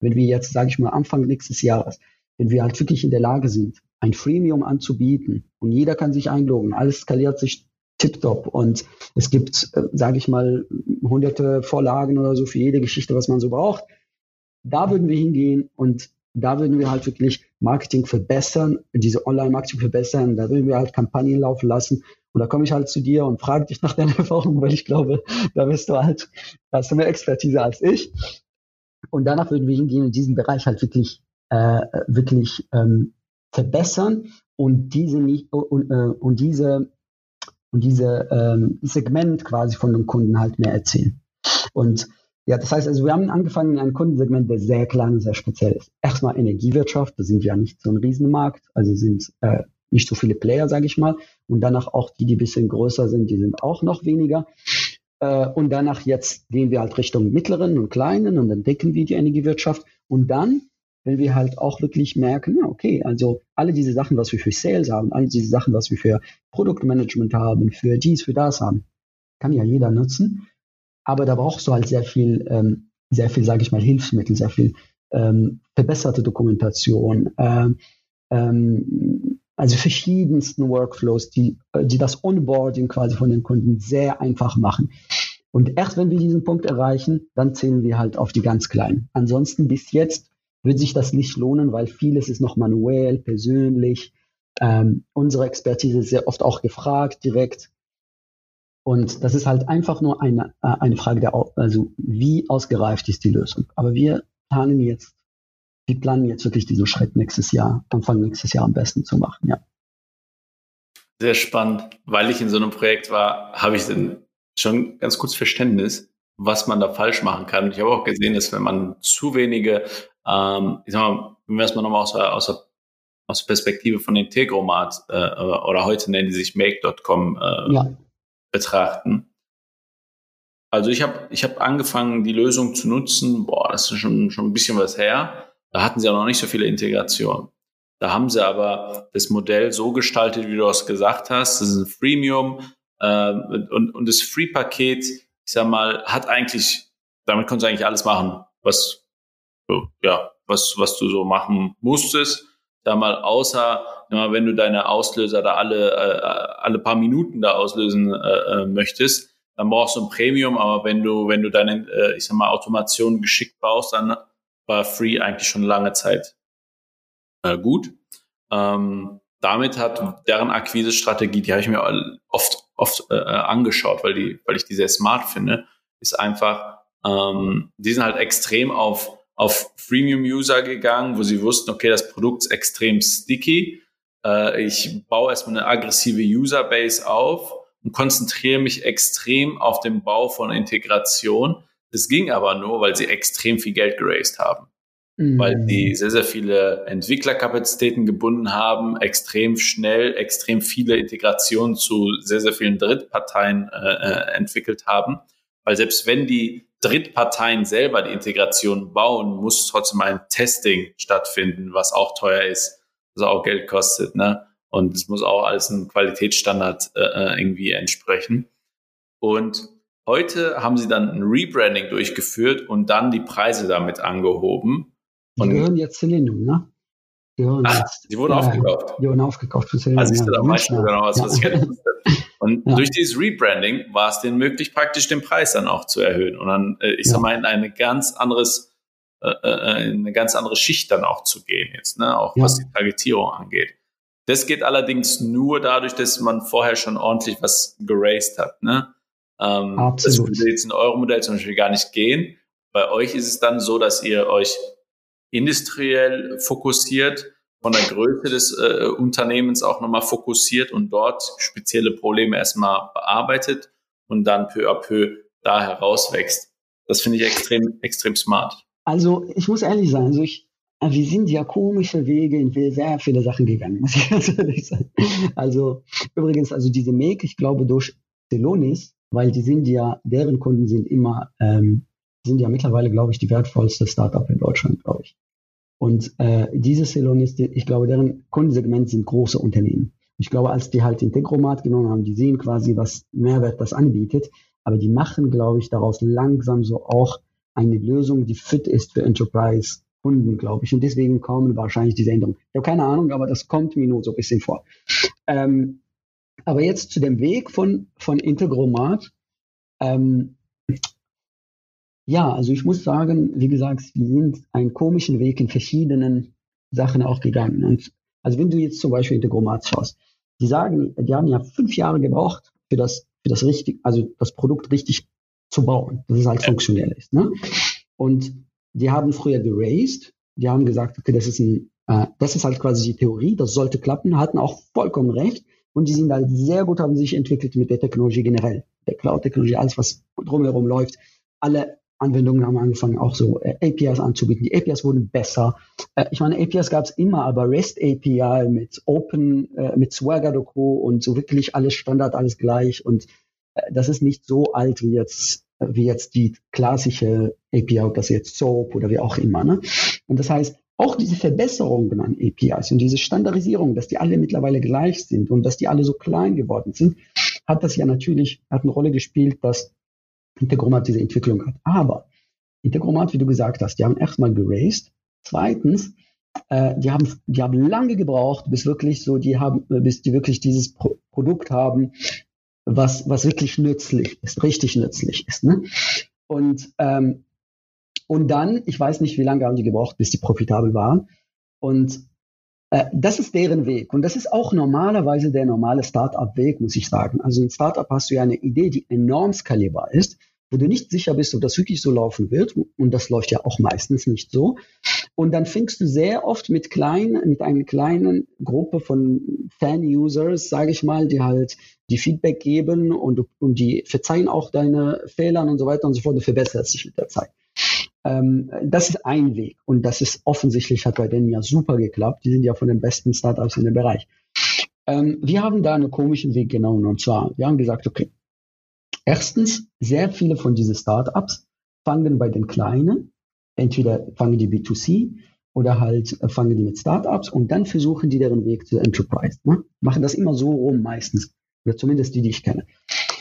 Speaker 2: wenn wir jetzt, sage ich mal, Anfang nächstes Jahres, wenn wir halt wirklich in der Lage sind, ein Freemium anzubieten und jeder kann sich einloggen, alles skaliert sich tipptopp und es gibt, äh, sage ich mal, hunderte Vorlagen oder so für jede Geschichte, was man so braucht, da würden wir hingehen und da würden wir halt wirklich Marketing verbessern, diese Online-Marketing verbessern, da würden wir halt Kampagnen laufen lassen und da komme ich halt zu dir und frage dich nach deiner Erfahrung, weil ich glaube, da bist du halt, da hast du mehr Expertise als ich und danach würden wir hingehen und diesen Bereich halt wirklich, äh, wirklich ähm, verbessern und diese und, äh, und diese und diese ähm, Segment quasi von dem Kunden halt mehr erzählen. Und ja, das heißt, also wir haben angefangen in einem Kundensegment, der sehr klein und sehr speziell ist. Erstmal Energiewirtschaft, da sind wir ja nicht so ein Riesenmarkt, also sind äh, nicht so viele Player, sage ich mal. Und danach auch die, die ein bisschen größer sind, die sind auch noch weniger. Äh, und danach jetzt gehen wir halt Richtung mittleren und kleinen und dann decken wir die Energiewirtschaft. Und dann, wenn wir halt auch wirklich merken, ja, okay, also alle diese Sachen, was wir für Sales haben, alle diese Sachen, was wir für Produktmanagement haben, für dies, für das haben, kann ja jeder nutzen. Aber da brauchst du halt sehr viel, ähm, sehr viel, sage ich mal, Hilfsmittel, sehr viel ähm, verbesserte Dokumentation, ähm, ähm, also verschiedensten Workflows, die, die das Onboarding quasi von den Kunden sehr einfach machen. Und erst wenn wir diesen Punkt erreichen, dann zählen wir halt auf die ganz Kleinen. Ansonsten bis jetzt wird sich das nicht lohnen, weil vieles ist noch manuell, persönlich. Ähm, unsere Expertise ist sehr oft auch gefragt direkt. Und das ist halt einfach nur eine, äh, eine Frage der, also wie ausgereift ist die Lösung. Aber wir planen jetzt, wir planen jetzt wirklich diesen Schritt nächstes Jahr, Anfang nächstes Jahr am besten zu machen, ja.
Speaker 3: Sehr spannend. Weil ich in so einem Projekt war, habe ich dann schon ganz kurz Verständnis, was man da falsch machen kann. Ich habe auch gesehen, dass wenn man zu wenige, ähm, ich sag mal, wenn wir es mal nochmal aus der, aus der, aus der Perspektive von Integromat äh, oder heute nennen die sich make Punkt com äh, ja. betrachten. Also ich habe ich hab angefangen, die Lösung zu nutzen, boah, das ist schon, schon ein bisschen was her. Da hatten sie auch noch nicht so viele Integrationen. Da haben sie aber das Modell so gestaltet, wie du es gesagt hast. Das ist ein Freemium äh, und, und das Free-Paket, ich sag mal, hat eigentlich, damit konntest du eigentlich alles machen, was, ja, was, was du so machen musstest. Da mal außer, ja, wenn du deine Auslöser da alle, äh, alle paar Minuten da auslösen äh, möchtest, dann brauchst du ein Premium, aber wenn du, wenn du deine, äh, ich sag mal, Automation geschickt baust, dann war Free eigentlich schon lange Zeit äh, gut. Ähm, damit hat deren Akquise-Strategie, die habe ich mir oft, oft äh, angeschaut, weil die, weil ich die sehr smart finde, ist einfach, ähm, die sind halt extrem auf auf Freemium-User gegangen, wo sie wussten, okay, das Produkt ist extrem sticky. Äh, ich baue erstmal eine aggressive Userbase auf und konzentriere mich extrem auf den Bau von Integration. Das ging aber nur, weil sie extrem viel Geld geraced haben. Mhm. Weil sie sehr, sehr viele Entwicklerkapazitäten gebunden haben, extrem schnell, extrem viele Integrationen zu sehr, sehr vielen Drittparteien äh, entwickelt haben. Weil selbst wenn die Drittparteien selber die Integration bauen, muss trotzdem ein Testing stattfinden, was auch teuer ist, was auch Geld kostet, ne? Und es muss auch als ein Qualitätsstandard äh, irgendwie entsprechen. Und heute haben sie dann ein Rebranding durchgeführt und dann die Preise damit angehoben.
Speaker 2: Die gehören jetzt Selenium, ne?
Speaker 3: Die, Ach, jetzt, die wurden ja, aufgekauft.
Speaker 2: Die wurden aufgekauft für Selenium.
Speaker 3: Also ist ja, da weißt du genau, was, was Geld kostet. Und ja. durch dieses Rebranding war es denen möglich, praktisch den Preis dann auch zu erhöhen und dann, äh, ich ja. sag mal, in eine ganz anderes, äh, äh, in eine ganz andere Schicht dann auch zu gehen jetzt, ne, auch ja. was die Targetierung angeht. Das geht allerdings nur dadurch, dass man vorher schon ordentlich was geraced hat, ne. Ähm, das würde jetzt in eurem Modell zum Beispiel gar nicht gehen. Bei euch ist es dann so, dass ihr euch industriell fokussiert, von der Größe des äh, Unternehmens auch nochmal fokussiert und dort spezielle Probleme erstmal bearbeitet und dann peu à peu da herauswächst. Das finde ich extrem, extrem smart.
Speaker 2: Also ich muss ehrlich sagen, also ich, wir sind ja komische Wege in sehr viele Sachen gegangen, muss ich ganz ehrlich sagen. Also übrigens, also diese Make, ich glaube durch Celonis, weil die sind ja, deren Kunden sind immer, ähm, sind ja mittlerweile, glaube ich, die wertvollste Startup in Deutschland, glaube ich. Und äh, diese Celonis, ich glaube, deren Kundensegment sind große Unternehmen. Ich glaube, als die halt Integromat genommen haben, die sehen quasi, was Mehrwert das anbietet, aber die machen, glaube ich, daraus langsam so auch eine Lösung, die fit ist für Enterprise Kunden, glaube ich. Und deswegen kommen wahrscheinlich diese Änderungen. Ich habe keine Ahnung, aber das kommt mir nur so ein bisschen vor. Ähm, aber jetzt zu dem Weg von, von Integromat. Ähm, ja, also ich muss sagen, wie gesagt, wir sind einen komischen Weg in verschiedenen Sachen auch gegangen. Und also wenn du jetzt zum Beispiel Integromat schaust, die sagen, die haben ja fünf Jahre gebraucht für das, für das richtig, also das Produkt richtig zu bauen, dass es halt funktionell ist. Ne? Und die haben früher geraced, die haben gesagt, okay, das ist ein, äh, das ist halt quasi die Theorie, das sollte klappen, hatten auch vollkommen recht. Und die sind halt sehr gut, haben sich entwickelt mit der Technologie generell, der Cloud-Technologie, alles, was drumherum läuft. Alle Anwendungen haben angefangen, auch so äh, A P Is anzubieten. Die A P Is wurden besser. Äh, ich meine, A P Is gab es immer, aber REST A P I mit Open, äh, mit Swagger und Co. und so wirklich alles Standard, alles gleich. Und äh, das ist nicht so alt wie jetzt, äh, wie jetzt die klassische A P I, ob das jetzt SOAP oder wie auch immer. Ne? Und das heißt, auch diese Verbesserungen an A P Is und diese Standardisierung, dass die alle mittlerweile gleich sind und dass die alle so klein geworden sind, hat das ja natürlich, hat eine Rolle gespielt, dass Integromat diese Entwicklung hat. Aber Integromat, wie du gesagt hast, die haben erstmal geraced. Zweitens, äh, die haben, die haben lange gebraucht, bis wirklich so, die haben, bis die wirklich dieses Pro- Produkt haben, was, was wirklich nützlich ist, richtig nützlich ist. Ne? Und, ähm, und dann, ich weiß nicht, wie lange haben die gebraucht, bis die profitabel waren. Und äh, das ist deren Weg. Und das ist auch normalerweise der normale Startup-Weg, muss ich sagen. Also in Startup hast du ja eine Idee, die enorm skalierbar ist, wo du nicht sicher bist, ob das wirklich so laufen wird. Und das läuft ja auch meistens nicht so. Und dann fängst du sehr oft mit kleinen, mit einer kleinen Gruppe von Fan-Users, sage ich mal, die halt die Feedback geben und, und die verzeihen auch deine Fehler und so weiter und so fort. Du verbesserst dich mit der Zeit. Ähm, das ist ein Weg. Und das ist offensichtlich, hat bei denen ja super geklappt. Die sind ja von den besten Startups in dem Bereich. Ähm, wir haben da einen komischen Weg genommen. Und zwar, wir haben gesagt, okay, erstens, sehr viele von diesen Startups fangen bei den Kleinen. Entweder fangen die B zwei C oder halt äh, fangen die mit Startups und dann versuchen die deren Weg zur Enterprise. Ne? Machen das immer so rum meistens. Oder zumindest die, die ich kenne.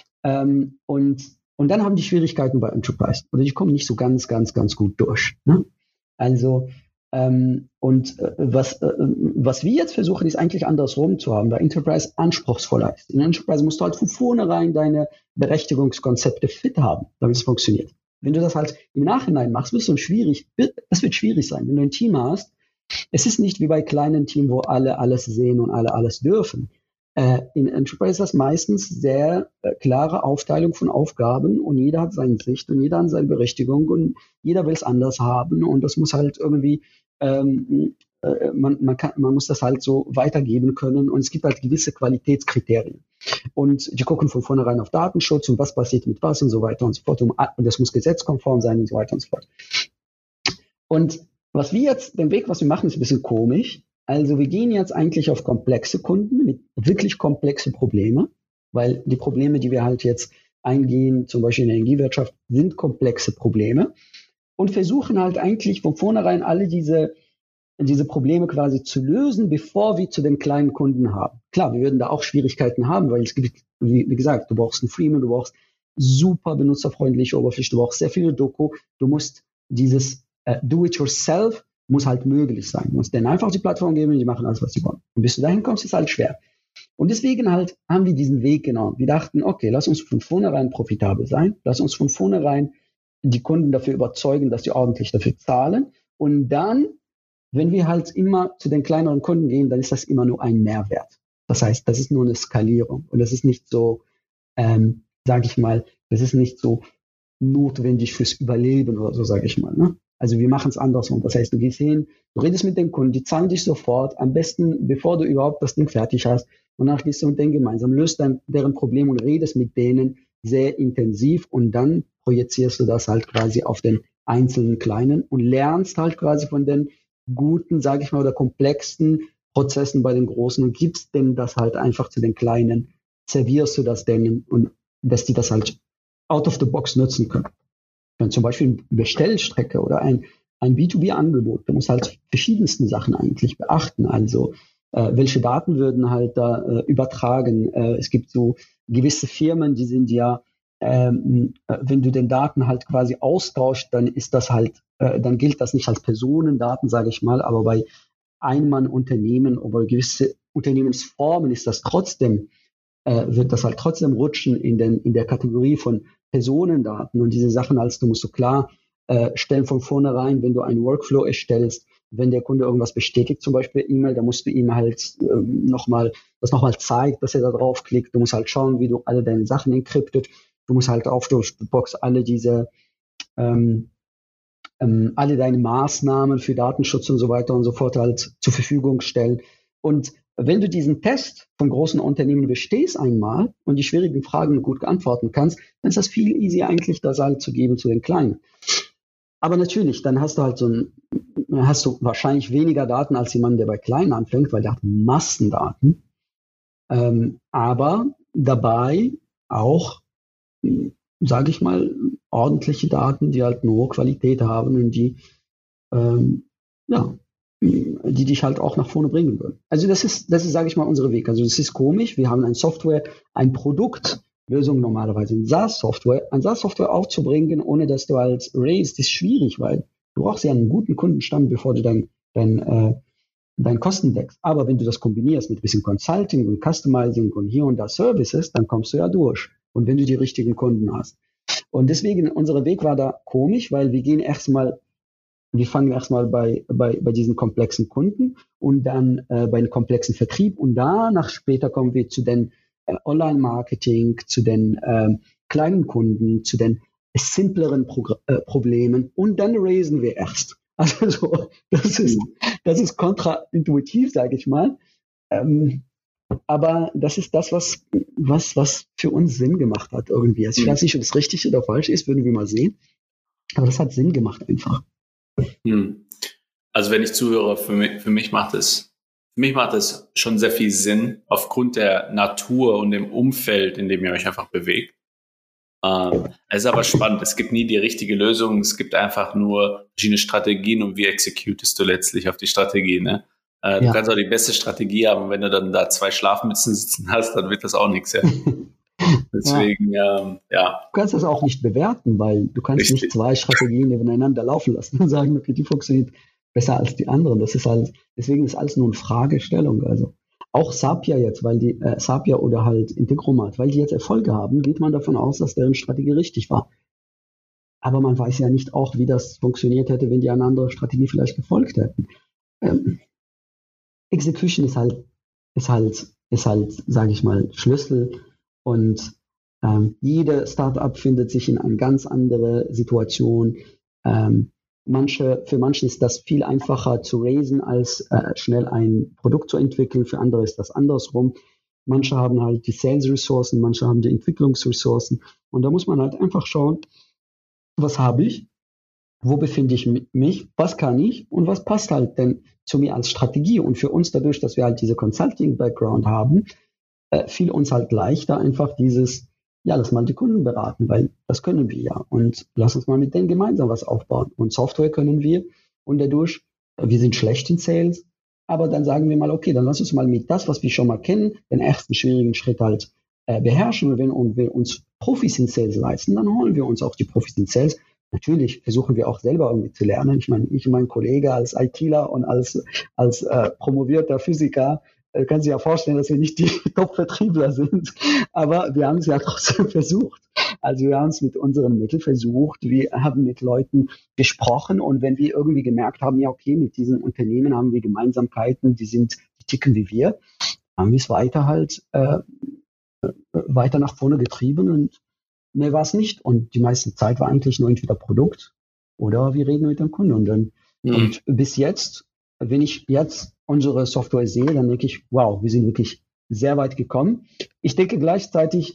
Speaker 2: Ähm, und, und dann haben die Schwierigkeiten bei Enterprise. Oder die kommen nicht so ganz, ganz, ganz gut durch. Ne? Also, ähm, und äh, was, äh, was wir jetzt versuchen, ist eigentlich andersrum zu haben, weil Enterprise anspruchsvoller ist. In Enterprise musst du halt von vornherein deine Berechtigungskonzepte fit haben, damit es funktioniert. Wenn du das halt im Nachhinein machst, wirst du schwierig, das wird schwierig sein. Wenn du ein Team hast, es ist nicht wie bei kleinen Teams, wo alle alles sehen und alle alles dürfen. Äh, in Enterprise ist das meistens sehr äh, klare Aufteilung von Aufgaben und jeder hat seine Sicht und jeder hat seine Berechtigung und jeder will es anders haben und das muss halt irgendwie, ähm, äh, man, man, kann, man muss das halt so weitergeben können und es gibt halt gewisse Qualitätskriterien. Und die gucken von vornherein auf Datenschutz und was passiert mit was und so weiter und so fort. Und das muss gesetzkonform sein und so weiter und so fort. Und was wir jetzt, den Weg, was wir machen, ist ein bisschen komisch. Also wir gehen jetzt eigentlich auf komplexe Kunden mit wirklich komplexen Problemen, weil die Probleme, die wir halt jetzt eingehen, zum Beispiel in der Energiewirtschaft, sind komplexe Probleme und versuchen halt eigentlich von vornherein alle diese diese Probleme quasi zu lösen, bevor wir zu den kleinen Kunden haben. Klar, wir würden da auch Schwierigkeiten haben, weil es gibt, wie, wie gesagt, du brauchst einen Freemium, du brauchst super benutzerfreundliche Oberfläche, du brauchst sehr viele Doku, du musst dieses äh, Do-it-yourself muss halt möglich sein. Du musst denen einfach die Plattform geben und die machen alles, was sie wollen. Und bis du dahin kommst, ist halt schwer. Und deswegen halt haben wir diesen Weg genommen. Wir dachten, okay, lass uns von vornherein profitabel sein, lass uns von vornherein die Kunden dafür überzeugen, dass sie ordentlich dafür zahlen und dann wenn wir halt immer zu den kleineren Kunden gehen, dann ist das immer nur ein Mehrwert. Das heißt, das ist nur eine Skalierung. Und das ist nicht so, ähm, sage ich mal, das ist nicht so notwendig fürs Überleben oder so, sage ich mal. Ne? Also wir machen es andersrum. Das heißt, du gehst hin, du redest mit den Kunden, die zahlen dich sofort, am besten, bevor du überhaupt das Ding fertig hast. Und danach gehst du mit denen gemeinsam, löst dann deren Problem und redest mit denen sehr intensiv. Und dann projizierst du das halt quasi auf den einzelnen Kleinen und lernst halt quasi von den guten, sage ich mal, oder komplexen Prozessen bei den Großen und gibst denen das halt einfach zu den Kleinen, servierst du das denen und dass die das halt out of the box nutzen können. Wenn zum Beispiel eine Bestellstrecke oder ein, ein B zwei B-Angebot, da muss halt verschiedensten Sachen eigentlich beachten. Also äh, welche Daten würden halt da äh, übertragen? Äh, es gibt so gewisse Firmen, die sind ja ähm, wenn du den Daten halt quasi austauscht, dann ist das halt, äh, dann gilt das nicht als Personendaten, sage ich mal, aber bei Einmannunternehmen oder gewisse Unternehmensformen ist das trotzdem, äh, wird das halt trotzdem rutschen in den, in der Kategorie von Personendaten und diese Sachen, als du musst so klar äh, stellen von vornherein, wenn du einen Workflow erstellst, wenn der Kunde irgendwas bestätigt, zum Beispiel E-Mail, da musst du ihm halt äh, nochmal, das nochmal zeigt, dass er da draufklickt. Du musst halt schauen, wie du alle deine Sachen encryptet. Du musst halt auf der Box alle diese, ähm, ähm, alle deine Maßnahmen für Datenschutz und so weiter und so fort halt zur Verfügung stellen. Und wenn du diesen Test von großen Unternehmen bestehst einmal und die schwierigen Fragen gut beantworten kannst, dann ist das viel easier eigentlich, das halt zu geben zu den Kleinen. Aber natürlich, dann hast du halt so ein, hast du wahrscheinlich weniger Daten als jemand, der bei Kleinen anfängt, weil der hat Massendaten. Ähm, aber dabei auch, sage ich mal, ordentliche Daten, die halt eine hohe Qualität haben und die, ähm, ja, die dich halt auch nach vorne bringen würden. Also das ist, das ist, sage ich mal, unser Weg. Also es ist komisch, wir haben ein Software, ein Produkt, Lösung normalerweise ein SaaS-Software, ein SaaS-Software aufzubringen, ohne dass du als raised, ist schwierig, weil du brauchst ja einen guten Kundenstamm, bevor du dein, dein, äh, dein Kosten deckst. Aber wenn du das kombinierst mit ein bisschen Consulting und Customizing und hier und da Services, dann kommst du ja durch. Und wenn du die richtigen Kunden hast. Und deswegen, unser Weg war da komisch, weil wir gehen erstmal, wir fangen erstmal bei, bei, bei diesen komplexen Kunden und dann äh, bei dem komplexen Vertrieb und danach später kommen wir zu den äh, Online-Marketing, zu den äh, kleinen Kunden, zu den simpleren Progr- äh, Problemen und dann raisen wir erst. Also so, das ist, das ist kontraintuitiv, sage ich mal. Ähm, aber das ist das, was, was, was für uns Sinn gemacht hat irgendwie. Also ich weiß nicht, ob es richtig oder falsch ist, würden wir mal sehen. Aber das hat Sinn gemacht einfach.
Speaker 3: Hm. Also wenn ich zuhöre, für mich, für mich macht es, für mich macht es schon sehr viel Sinn aufgrund der Natur und dem Umfeld, in dem ihr euch einfach bewegt. Ähm, es ist aber spannend. Es gibt nie die richtige Lösung. Es gibt einfach nur verschiedene Strategien und wie executest du letztlich auf die Strategie, ne? Äh, du ja. kannst auch die beste Strategie haben, wenn du dann da zwei Schlafmützen sitzen hast, dann wird das auch nichts, ja. Deswegen, ja. Ähm, ja.
Speaker 2: Du kannst das auch nicht bewerten, weil du kannst Richtig. nicht zwei Strategien nebeneinander laufen lassen und sagen, okay, die funktioniert besser als die anderen. Das ist halt, deswegen ist alles nur eine Fragestellung. Also auch Sapia jetzt, weil die, äh, Sapia oder halt Integromat, weil die jetzt Erfolge haben, geht man davon aus, dass deren Strategie richtig war. Aber man weiß ja nicht auch, wie das funktioniert hätte, wenn die eine andere Strategie vielleicht gefolgt hätten. Ähm, Execution ist halt, ist halt, ist halt, sage ich mal, Schlüssel und ähm, jede Startup findet sich in eine ganz andere Situation. Ähm, manche, für manche ist das viel einfacher zu raisen, als äh, schnell ein Produkt zu entwickeln. Für andere ist das andersrum. Manche haben halt die Sales-Ressourcen, manche haben die Entwicklungsressourcen. Und da muss man halt einfach schauen, was habe ich? Wo befinde ich mich? Was kann ich? Und was passt halt denn zu mir als Strategie? Und für uns dadurch, dass wir halt diese Consulting-Background haben, äh, fiel uns halt leichter einfach dieses, ja, lass mal die Kunden beraten, weil das können wir ja. Und lass uns mal mit denen gemeinsam was aufbauen. Und Software können wir. Und dadurch, äh, wir sind schlecht in Sales, aber dann sagen wir mal, okay, dann lass uns mal mit das, was wir schon mal kennen, den ersten schwierigen Schritt halt äh, beherrschen. Und wenn und wir uns Profis in Sales leisten, dann holen wir uns auch die Profis in Sales. Natürlich versuchen wir auch selber irgendwie zu lernen. Ich meine, ich und mein Kollege als ITler und als, als äh, promovierter Physiker, äh, kann sich ja vorstellen, dass wir nicht die Top-Vertriebler sind. Aber wir haben es ja trotzdem versucht. Also wir haben es mit unseren Mitteln versucht. Wir haben mit Leuten gesprochen. Und wenn wir irgendwie gemerkt haben, ja, okay, mit diesen Unternehmen haben wir Gemeinsamkeiten, die sind, die ticken wie wir, haben wir es weiter halt, äh, weiter nach vorne getrieben und mehr war es nicht. Und die meiste Zeit war eigentlich nur entweder Produkt oder wir reden mit dem Kunden. Und, dann, mhm. und bis jetzt, wenn ich jetzt unsere Software sehe, dann denke ich, wow, wir sind wirklich sehr weit gekommen. Ich denke gleichzeitig,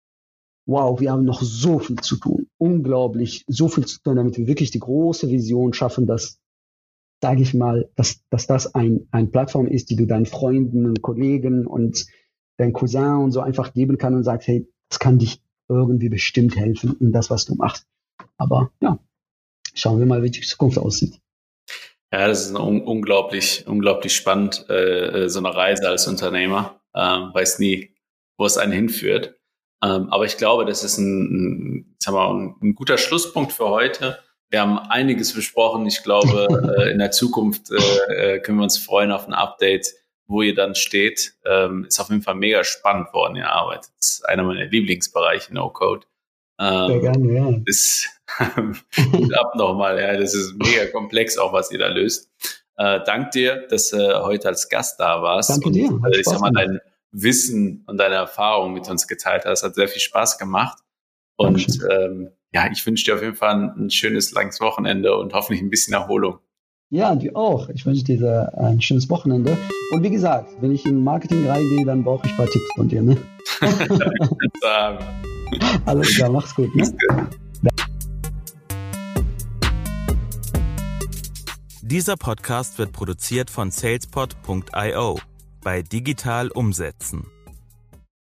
Speaker 2: wow, wir haben noch so viel zu tun. Unglaublich, so viel zu tun, damit wir wirklich die große Vision schaffen, dass, sage ich mal, dass, dass das ein, ein Plattform ist, die du deinen Freunden und Kollegen und deinen Cousin und so einfach geben kann und sagst, hey, das kann dich irgendwie bestimmt helfen in das, was du machst. Aber ja, schauen wir mal, wie die Zukunft aussieht.
Speaker 3: Ja, das ist un- unglaublich, unglaublich spannend, äh, so eine Reise als Unternehmer. Ähm, weiß nie, wo es einen hinführt. Ähm, aber ich glaube, das ist ein, ein, sagen wir mal, ein guter Schlusspunkt für heute. Wir haben einiges besprochen. Ich glaube, äh, in der Zukunft äh, können wir uns freuen auf ein Update, wo ihr dann steht. Ähm, ist auf jeden Fall mega spannend worden, ihr Arbeit. Das ist einer meiner Lieblingsbereiche, No-Code. Ähm, Sehr gerne, ja. Ist ab nochmal, ja. Das ist mega komplex, auch was ihr da löst. Äh, dank dir, dass du äh, heute als Gast da warst.
Speaker 2: Danke dir.
Speaker 3: Und, äh, ich sag mal, dein Wissen und deine Erfahrung mit uns geteilt hast. Hat sehr viel Spaß gemacht. Und ähm, ja, ich wünsche dir auf jeden Fall ein, ein schönes, langes Wochenende und hoffentlich ein bisschen Erholung.
Speaker 2: Ja, dir auch. Ich wünsche dir ein schönes Wochenende. Und wie gesagt, wenn ich in Marketing reingehe, dann brauche ich ein paar Tipps von dir. Ne? Alles klar, mach's gut. Ne?
Speaker 4: Dieser Podcast wird produziert von salespod punkt io bei Digital Umsetzen.